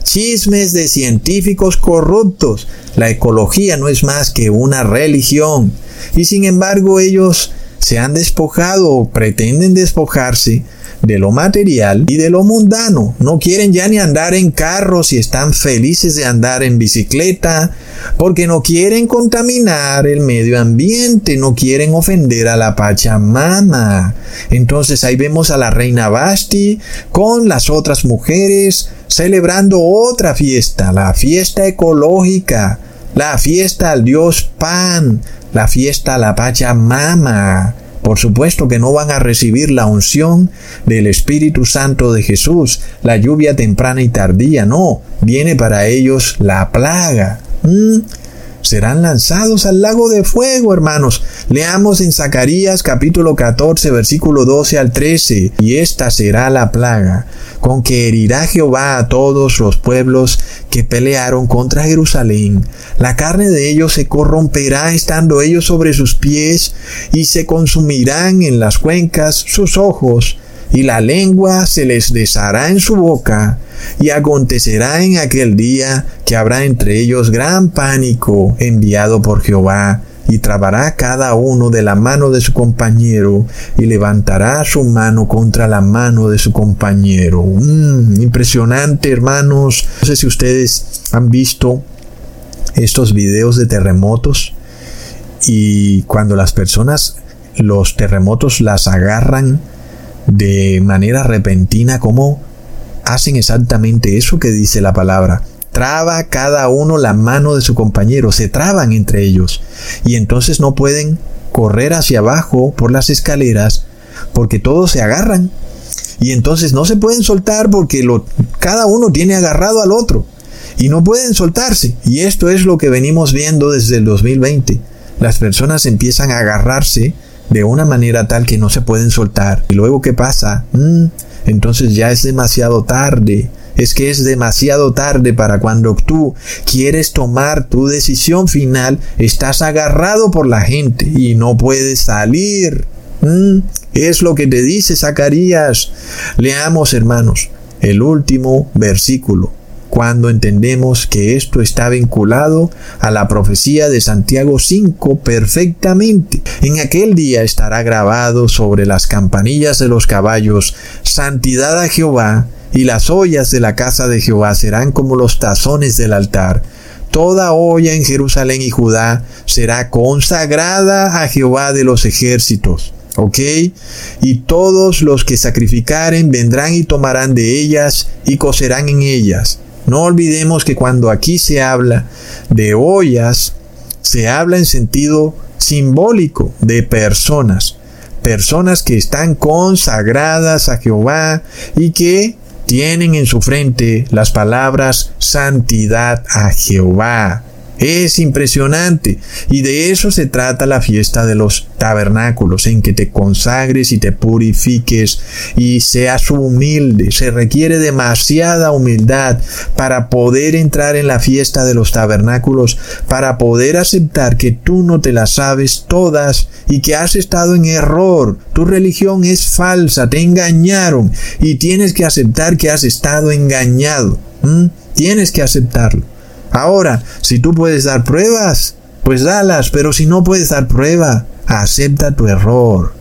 de científicos corruptos. La ecología no es más que una religión. Y sin embargo ellos se han despojado o pretenden despojarse de lo material y de lo mundano. No quieren ya ni andar en carros y están felices de andar en bicicleta porque no quieren contaminar el medio ambiente, no quieren ofender a la Pachamama. Entonces ahí vemos a la reina Vasti con las otras mujeres celebrando otra fiesta, la fiesta ecológica, la fiesta al dios Pan, la fiesta a la Pachamama. Por supuesto que no van a recibir la unción del Espíritu Santo de Jesús, la lluvia temprana y tardía, no, viene para ellos la plaga. Serán lanzados al lago de fuego, hermanos. Leamos en Zacarías capítulo 14, versículo 12 al 13. Y esta será la plaga, con que herirá Jehová a todos los pueblos que pelearon contra Jerusalén. La carne de ellos se corromperá estando ellos sobre sus pies, y se consumirán en las cuencas sus ojos, y la lengua se les deshará en su boca, y acontecerá en aquel día que habrá entre ellos gran pánico enviado por Jehová, y trabará cada uno de la mano de su compañero, y levantará su mano contra la mano de su compañero. Impresionante, hermanos. No sé si ustedes han visto estos videos de terremotos, y cuando las personas, los terremotos las agarran de manera repentina, ¿cómo hacen exactamente eso que dice la palabra? Traba cada uno la mano de su compañero, se traban entre ellos, y entonces no pueden correr hacia abajo por las escaleras porque todos se agarran, y entonces no se pueden soltar porque cada uno tiene agarrado al otro y no pueden soltarse. Y esto es lo que venimos viendo desde el 2020. Las personas empiezan a agarrarse de una manera tal que no se pueden soltar. Y luego, ¿qué pasa? Entonces ya es demasiado tarde. Es que es demasiado tarde para cuando tú quieres tomar tu decisión final. Estás agarrado por la gente y no puedes salir. Es lo que te dice Zacarías. Leamos, hermanos, el último versículo, cuando entendemos que esto está vinculado a la profecía de Santiago 5 perfectamente. En aquel día estará grabado sobre las campanillas de los caballos: santidad a Jehová, y las ollas de la casa de Jehová serán como los tazones del altar. Toda olla en Jerusalén y Judá será consagrada a Jehová de los ejércitos. ¿Ok? Y todos los que sacrificaren vendrán y tomarán de ellas y cocerán en ellas. No olvidemos que cuando aquí se habla de ollas, se habla en sentido simbólico de personas que están consagradas a Jehová y que tienen en su frente las palabras santidad a Jehová. Es impresionante, y de eso se trata la fiesta de los tabernáculos, en que te consagres y te purifiques y seas humilde. Se requiere demasiada humildad para poder entrar en la fiesta de los tabernáculos, para poder aceptar que tú no te las sabes todas y que has estado en error. Tu religión es falsa, te engañaron y tienes que aceptar que has estado engañado. Tienes que aceptarlo. Ahora, si tú puedes dar pruebas, pues dalas, pero si no puedes dar prueba, acepta tu error.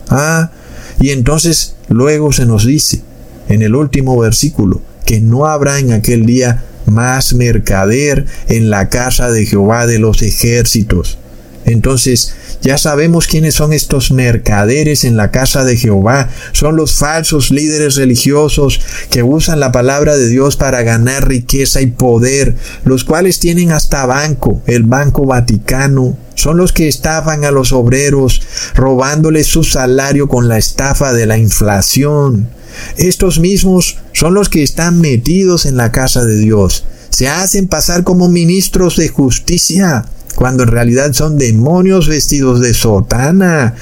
Y entonces luego se nos dice, en el último versículo, que no habrá en aquel día más mercader en la casa de Jehová de los ejércitos. Entonces, ya sabemos quiénes son estos mercaderes en la casa de Jehová. Son los falsos líderes religiosos que usan la palabra de Dios para ganar riqueza y poder, los cuales tienen hasta banco, el Banco Vaticano. Son los que estafan a los obreros, robándoles su salario con la estafa de la inflación. Estos mismos son los que están metidos en la casa de Dios. Se hacen pasar como ministros de justicia, cuando en realidad son demonios vestidos de sotana.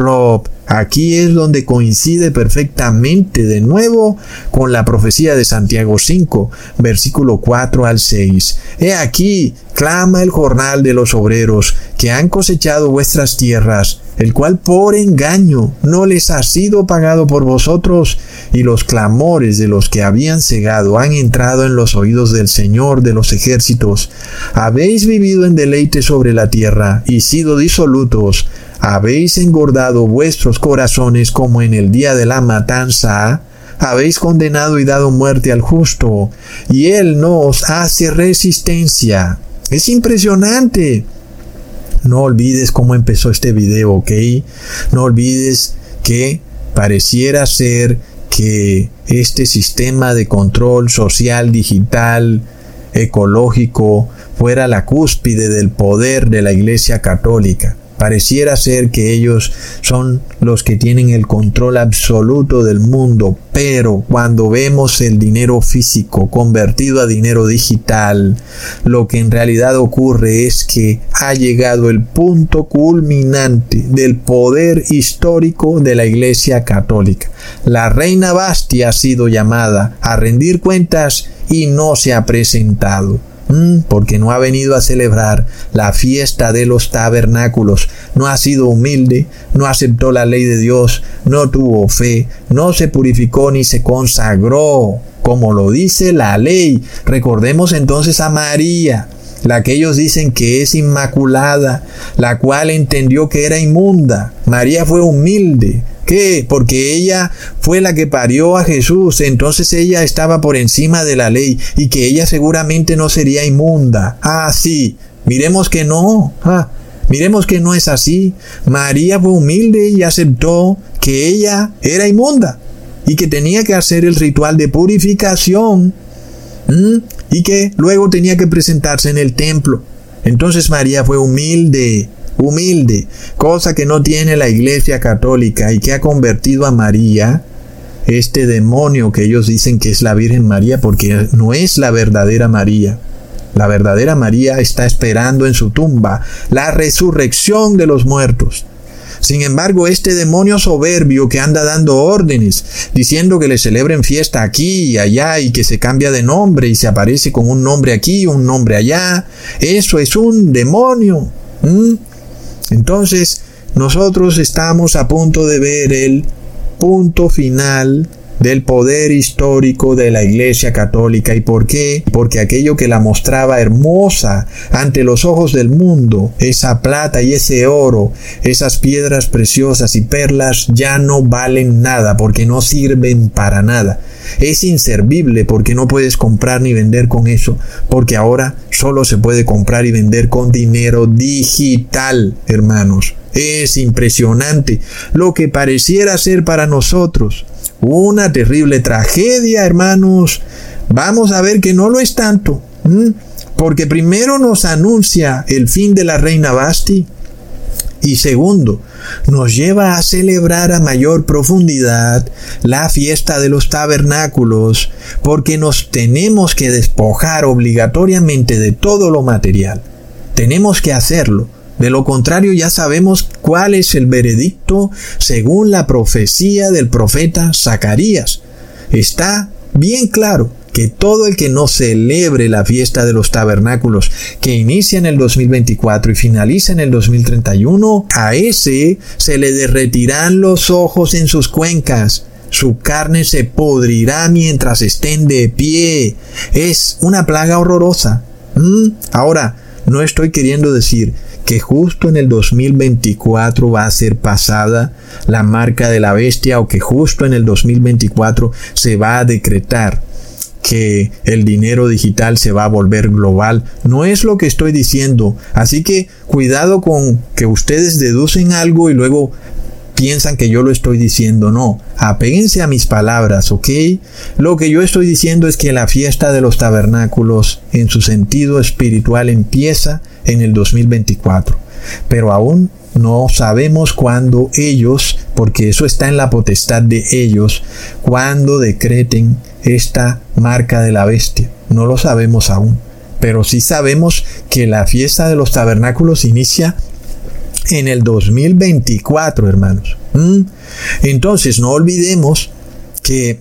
Aquí es donde coincide perfectamente de nuevo con la profecía de Santiago 5, versículo 4 al 6. He aquí, clama el jornal de los obreros que han cosechado vuestras tierras, el cual por engaño no les ha sido pagado por vosotros, y los clamores de los que habían cegado han entrado en los oídos del Señor de los ejércitos. Habéis vivido en deleite sobre la tierra y sido disolutos. Habéis engordado vuestros corazones como en el día de la matanza. Habéis condenado y dado muerte al justo, y él no os hace resistencia. Es impresionante. No olvides cómo empezó este video, ¿ok? No olvides que pareciera ser que este sistema de control social, digital, ecológico, fuera la cúspide del poder de la Iglesia Católica. Pareciera ser que ellos son los que tienen el control absoluto del mundo, pero cuando vemos el dinero físico convertido a dinero digital, lo que en realidad ocurre es que ha llegado el punto culminante del poder histórico de la Iglesia Católica. La reina Bastia ha sido llamada a rendir cuentas y no se ha presentado. porque no ha venido a celebrar la fiesta de los tabernáculos, no ha sido humilde, no aceptó la ley de Dios, no tuvo fe, no se purificó ni se consagró, como lo dice la ley. Recordemos entonces a María, la que ellos dicen que es inmaculada, la cual entendió que era inmunda. María fue humilde. ¿Qué? Porque ella fue la que parió a Jesús, entonces ella estaba por encima de la ley y que ella seguramente no sería inmunda. Sí, miremos que no. Miremos que no es así. María fue humilde y aceptó que ella era inmunda y que tenía que hacer el ritual de purificación y que luego tenía que presentarse en el templo. Entonces María fue humilde, cosa que no tiene la Iglesia Católica y que ha convertido a María, este demonio que ellos dicen que es la Virgen María, porque no es la verdadera María. La verdadera María está esperando en su tumba la resurrección de los muertos. Sin embargo, este demonio soberbio que anda dando órdenes, diciendo que le celebren fiesta aquí y allá y que se cambia de nombre y se aparece con un nombre aquí, un nombre allá, eso es un demonio. Entonces, nosotros estamos a punto de ver el punto final del poder histórico de la Iglesia Católica. ¿Y por qué? Porque aquello que la mostraba hermosa ante los ojos del mundo, esa plata y ese oro, esas piedras preciosas y perlas, ya no valen nada porque no sirven para nada. Es inservible porque no puedes comprar ni vender con eso, porque ahora solo se puede comprar y vender con dinero digital, hermanos. Es impresionante lo que pareciera ser para nosotros una terrible tragedia, hermanos. Vamos a ver que no lo es tanto, porque primero nos anuncia el fin de la reina Vasti y segundo, nos lleva a celebrar a mayor profundidad la fiesta de los tabernáculos, porque nos tenemos que despojar obligatoriamente de todo lo material. Tenemos que hacerlo. De lo contrario, ya sabemos cuál es el veredicto según la profecía del profeta Zacarías. Está bien claro que todo el que no celebre la fiesta de los tabernáculos, que inicia en el 2024 y finaliza en el 2031, a ese se le derretirán los ojos en sus cuencas. Su carne se podrirá mientras estén de pie. Es una plaga horrorosa. Ahora, no estoy queriendo decir que justo en el 2024 va a ser pasada la marca de la bestia o que justo en el 2024 se va a decretar que el dinero digital se va a volver global. No es lo que estoy diciendo. Así que cuidado con que ustedes deducen algo y luego piensan que yo lo estoy diciendo. No, apéguense a mis palabras, ¿ok? Lo que yo estoy diciendo es que la fiesta de los tabernáculos en su sentido espiritual empieza en el 2024, pero aún no sabemos cuándo ellos, porque eso está en la potestad de ellos, cuándo decreten esta marca de la bestia. No lo sabemos aún, pero sí sabemos que la fiesta de los tabernáculos inicia en el 2024, hermanos. Entonces, no olvidemos que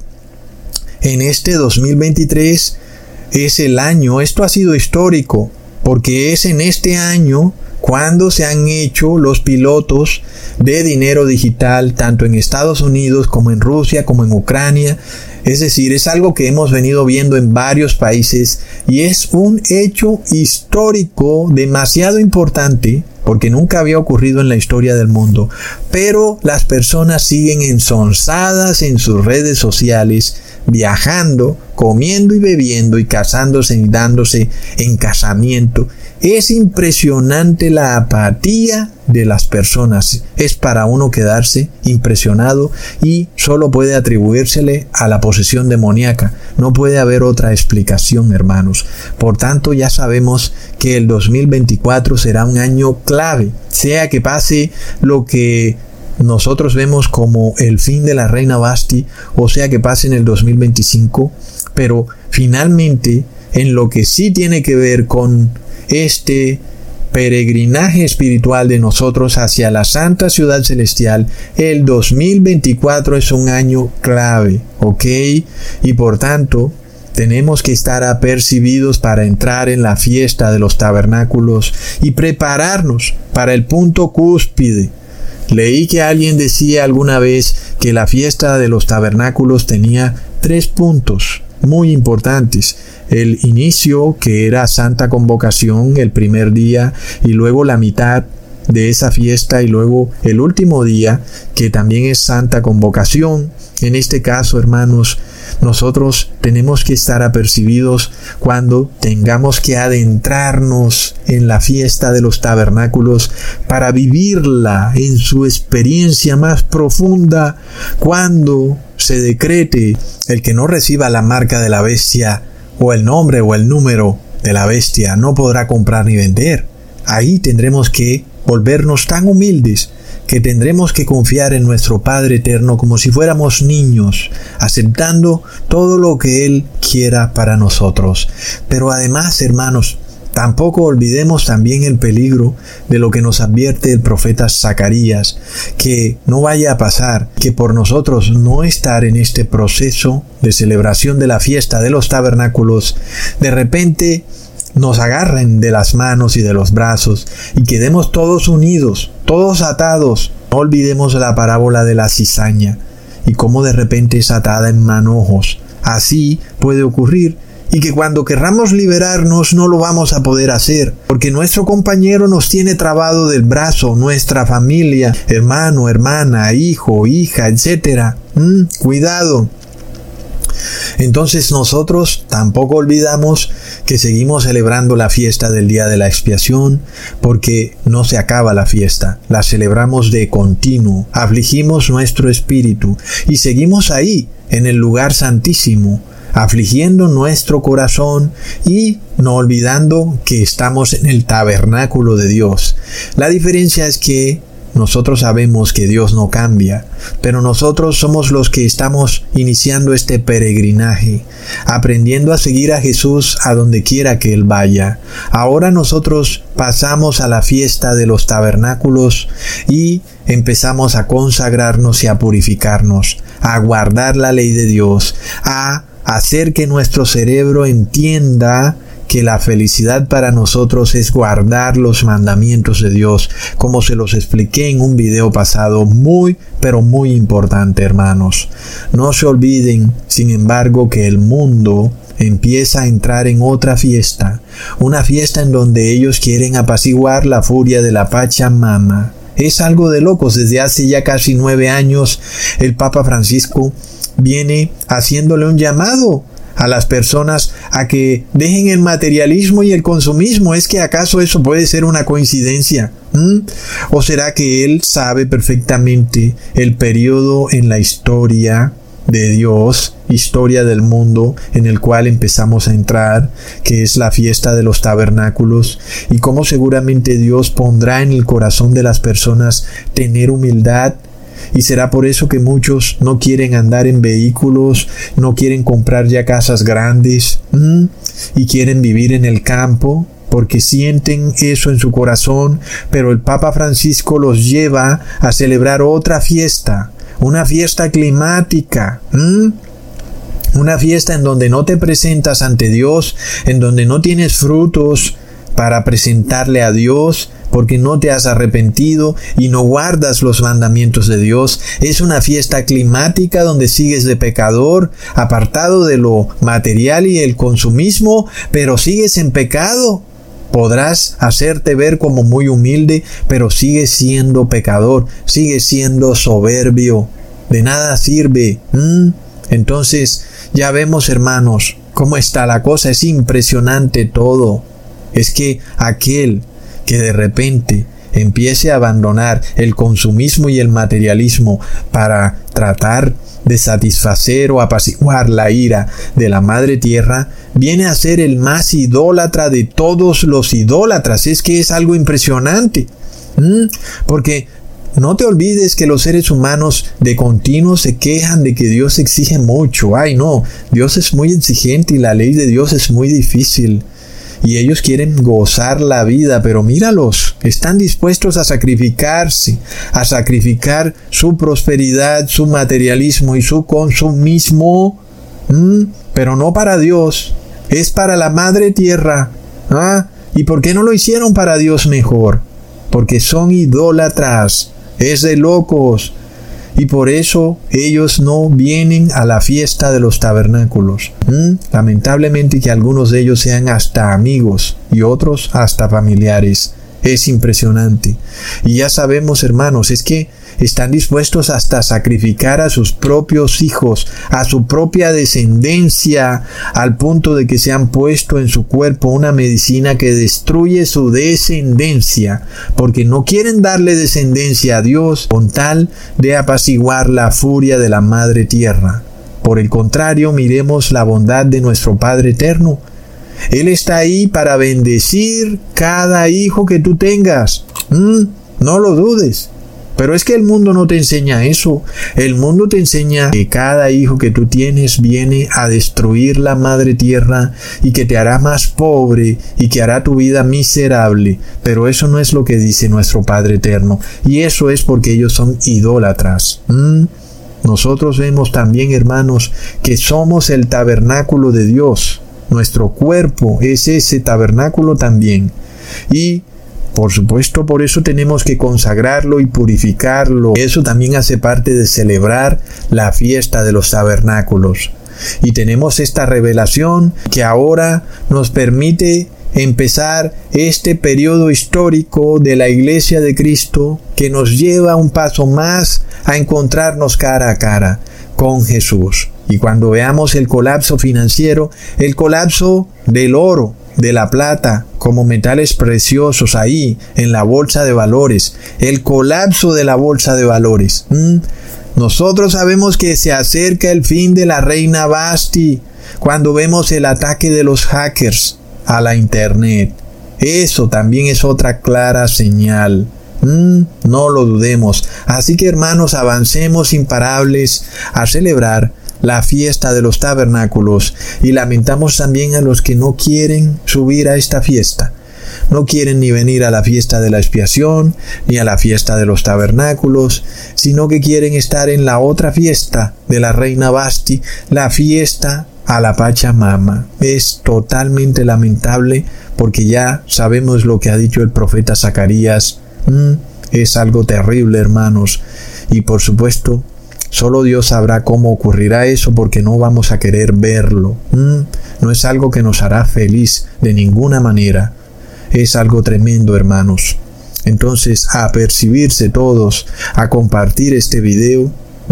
en este 2023 es el año, esto ha sido histórico, porque es en este año cuando se han hecho los pilotos de dinero digital, tanto en Estados Unidos como en Rusia, como en Ucrania. Es decir, es algo que hemos venido viendo en varios países y es un hecho histórico demasiado importante porque nunca había ocurrido en la historia del mundo. Pero las personas siguen ensonzadas en sus redes sociales, viajando, comiendo y bebiendo y casándose y dándose en casamiento. Es impresionante la apatía de las personas. Es para uno quedarse impresionado y solo puede atribuírsele a la posesión demoníaca. No puede haber otra explicación, hermanos. Por tanto, ya sabemos que el 2024 será un año clave, sea que pase lo que nosotros vemos como el fin de la reina Vasti, o sea que pase en el 2025, pero finalmente en lo que sí tiene que ver con este peregrinaje espiritual de nosotros hacia la Santa Ciudad Celestial, el 2024 es un año clave, ¿ok? Y por tanto, tenemos que estar apercibidos para entrar en la fiesta de los tabernáculos y prepararnos para el punto cúspide. Leí que alguien decía alguna vez que la fiesta de los tabernáculos tenía 3 puntos muy importantes. El inicio, que era Santa Convocación, el primer día, y luego la mitad de esa fiesta, y luego el último día, que también es Santa Convocación. En este caso, hermanos, nosotros tenemos que estar apercibidos cuando tengamos que adentrarnos en la fiesta de los tabernáculos para vivirla en su experiencia más profunda, cuando se decrete: el que no reciba la marca de la bestia, o el nombre o el número de la bestia, no podrá comprar ni vender. Ahí tendremos que volvernos tan humildes que tendremos que confiar en nuestro Padre Eterno como si fuéramos niños, aceptando todo lo que Él quiera para nosotros. Pero además, hermanos, tampoco olvidemos también el peligro de lo que nos advierte el profeta Zacarías, que no vaya a pasar que por nosotros no estar en este proceso de celebración de la fiesta de los tabernáculos, de repente nos agarren de las manos y de los brazos y quedemos todos unidos, todos atados. No olvidemos la parábola de la cizaña y cómo de repente es atada en manojos. Así puede ocurrir, y que cuando querramos liberarnos no lo vamos a poder hacer, porque nuestro compañero nos tiene trabado del brazo, nuestra familia, hermano, hermana, hijo, hija, etc. Cuidado. Entonces nosotros tampoco olvidamos que seguimos celebrando la fiesta del día de la expiación, porque no se acaba la fiesta, la celebramos de continuo, afligimos nuestro espíritu y seguimos ahí en el lugar santísimo, afligiendo nuestro corazón y no olvidando que estamos en el tabernáculo de Dios. La diferencia es que nosotros sabemos que Dios no cambia, pero nosotros somos los que estamos iniciando este peregrinaje, aprendiendo a seguir a Jesús a donde quiera que Él vaya. Ahora nosotros pasamos a la fiesta de los tabernáculos y empezamos a consagrarnos y a purificarnos, a guardar la ley de Dios, a hacer que nuestro cerebro entienda que la felicidad para nosotros es guardar los mandamientos de Dios, como se los expliqué en un video pasado, muy, pero muy importante, hermanos. No se olviden, sin embargo, que el mundo empieza a entrar en otra fiesta, una fiesta en donde ellos quieren apaciguar la furia de la Pachamama. Es algo de locos. Desde hace ya casi 9 años, el Papa Francisco viene haciéndole un llamado a las personas a que dejen el materialismo y el consumismo. ¿Es que acaso eso puede ser una coincidencia? ¿O será que Él sabe perfectamente el periodo en la historia de Dios, historia del mundo, en el cual empezamos a entrar, que es la fiesta de los tabernáculos, y cómo seguramente Dios pondrá en el corazón de las personas tener humildad? Y será por eso que muchos no quieren andar en vehículos, no quieren comprar ya casas grandes, y quieren vivir en el campo, porque sienten eso en su corazón. Pero el Papa Francisco los lleva a celebrar otra fiesta, una fiesta climática, una fiesta en donde no te presentas ante Dios, en donde no tienes frutos para presentarle a Dios, porque no te has arrepentido y no guardas los mandamientos de Dios. Es una fiesta climática donde sigues de pecador, apartado de lo material y el consumismo, pero sigues en pecado. Podrás hacerte ver como muy humilde, pero sigues siendo pecador, sigues siendo soberbio. De nada sirve. Entonces, ya vemos, hermanos, cómo está la cosa. Es impresionante todo. Es que aquel que de repente empiece a abandonar el consumismo y el materialismo para tratar de satisfacer o apaciguar la ira de la Madre Tierra, viene a ser el más idólatra de todos los idólatras. Es que es algo impresionante. Porque no te olvides que los seres humanos de continuo se quejan de que Dios exige mucho. Ay, no, Dios es muy exigente y la ley de Dios es muy difícil. Y ellos quieren gozar la vida, pero míralos, están dispuestos a sacrificarse, a sacrificar su prosperidad, su materialismo y su consumismo, pero no para Dios, es para la madre tierra. ¿Y por qué no lo hicieron para Dios mejor? Porque son idólatras, es de locos. Y por eso ellos no vienen a la fiesta de los tabernáculos. Lamentablemente que algunos de ellos sean hasta amigos y otros hasta familiares. Es impresionante. Y ya sabemos, hermanos, es que están dispuestos hasta a sacrificar a sus propios hijos, a su propia descendencia, al punto de que se han puesto en su cuerpo una medicina que destruye su descendencia, porque no quieren darle descendencia a Dios con tal de apaciguar la furia de la madre tierra. Por el contrario, miremos la bondad de nuestro Padre eterno. Él está ahí para bendecir cada hijo que tú tengas. No lo dudes. Pero es que el mundo no te enseña eso. El mundo te enseña que cada hijo que tú tienes viene a destruir la madre tierra y que te hará más pobre y que hará tu vida miserable. Pero eso no es lo que dice nuestro Padre eterno. Y eso es porque ellos son idólatras. Nosotros vemos también, hermanos, que somos el tabernáculo de Dios. Nuestro cuerpo es ese tabernáculo también. Y por supuesto, por eso tenemos que consagrarlo y purificarlo. Eso también hace parte de celebrar la fiesta de los tabernáculos. Y tenemos esta revelación que ahora nos permite empezar este periodo histórico de la Iglesia de Cristo que nos lleva un paso más a encontrarnos cara a cara con Jesús. Y cuando veamos el colapso financiero, el colapso del oro, de la plata, como metales preciosos ahí en la bolsa de valores, el colapso de la bolsa de valores. Nosotros sabemos que se acerca el fin de la reina Basti cuando vemos el ataque de los hackers a la internet. Eso también es otra clara señal. No lo dudemos. Así que, hermanos, avancemos imparables a celebrar la fiesta de los tabernáculos, y lamentamos también a los que no quieren subir a esta fiesta. No quieren ni venir a la fiesta de la expiación, ni a la fiesta de los tabernáculos, sino que quieren estar en la otra fiesta de la reina Basti, la fiesta a la Pachamama. Es totalmente lamentable, porque ya sabemos lo que ha dicho el profeta Zacarías. Es algo terrible, hermanos, y por supuesto solo Dios sabrá cómo ocurrirá eso, porque no vamos a querer verlo. No es algo que nos hará feliz de ninguna manera. Es algo tremendo, hermanos. Entonces, a apercibirse todos, a compartir este video,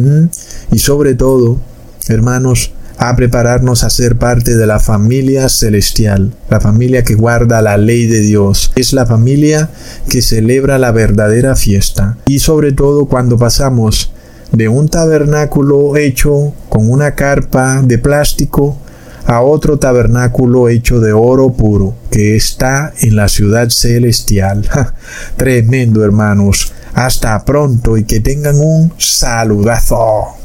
y sobre todo, hermanos, a prepararnos a ser parte de la familia celestial, la familia que guarda la ley de Dios. Es la familia que celebra la verdadera fiesta. Y sobre todo cuando pasamos de un tabernáculo hecho con una carpa de plástico a otro tabernáculo hecho de oro puro que está en la ciudad celestial. Tremendo, hermanos. Hasta pronto y que tengan un saludazo.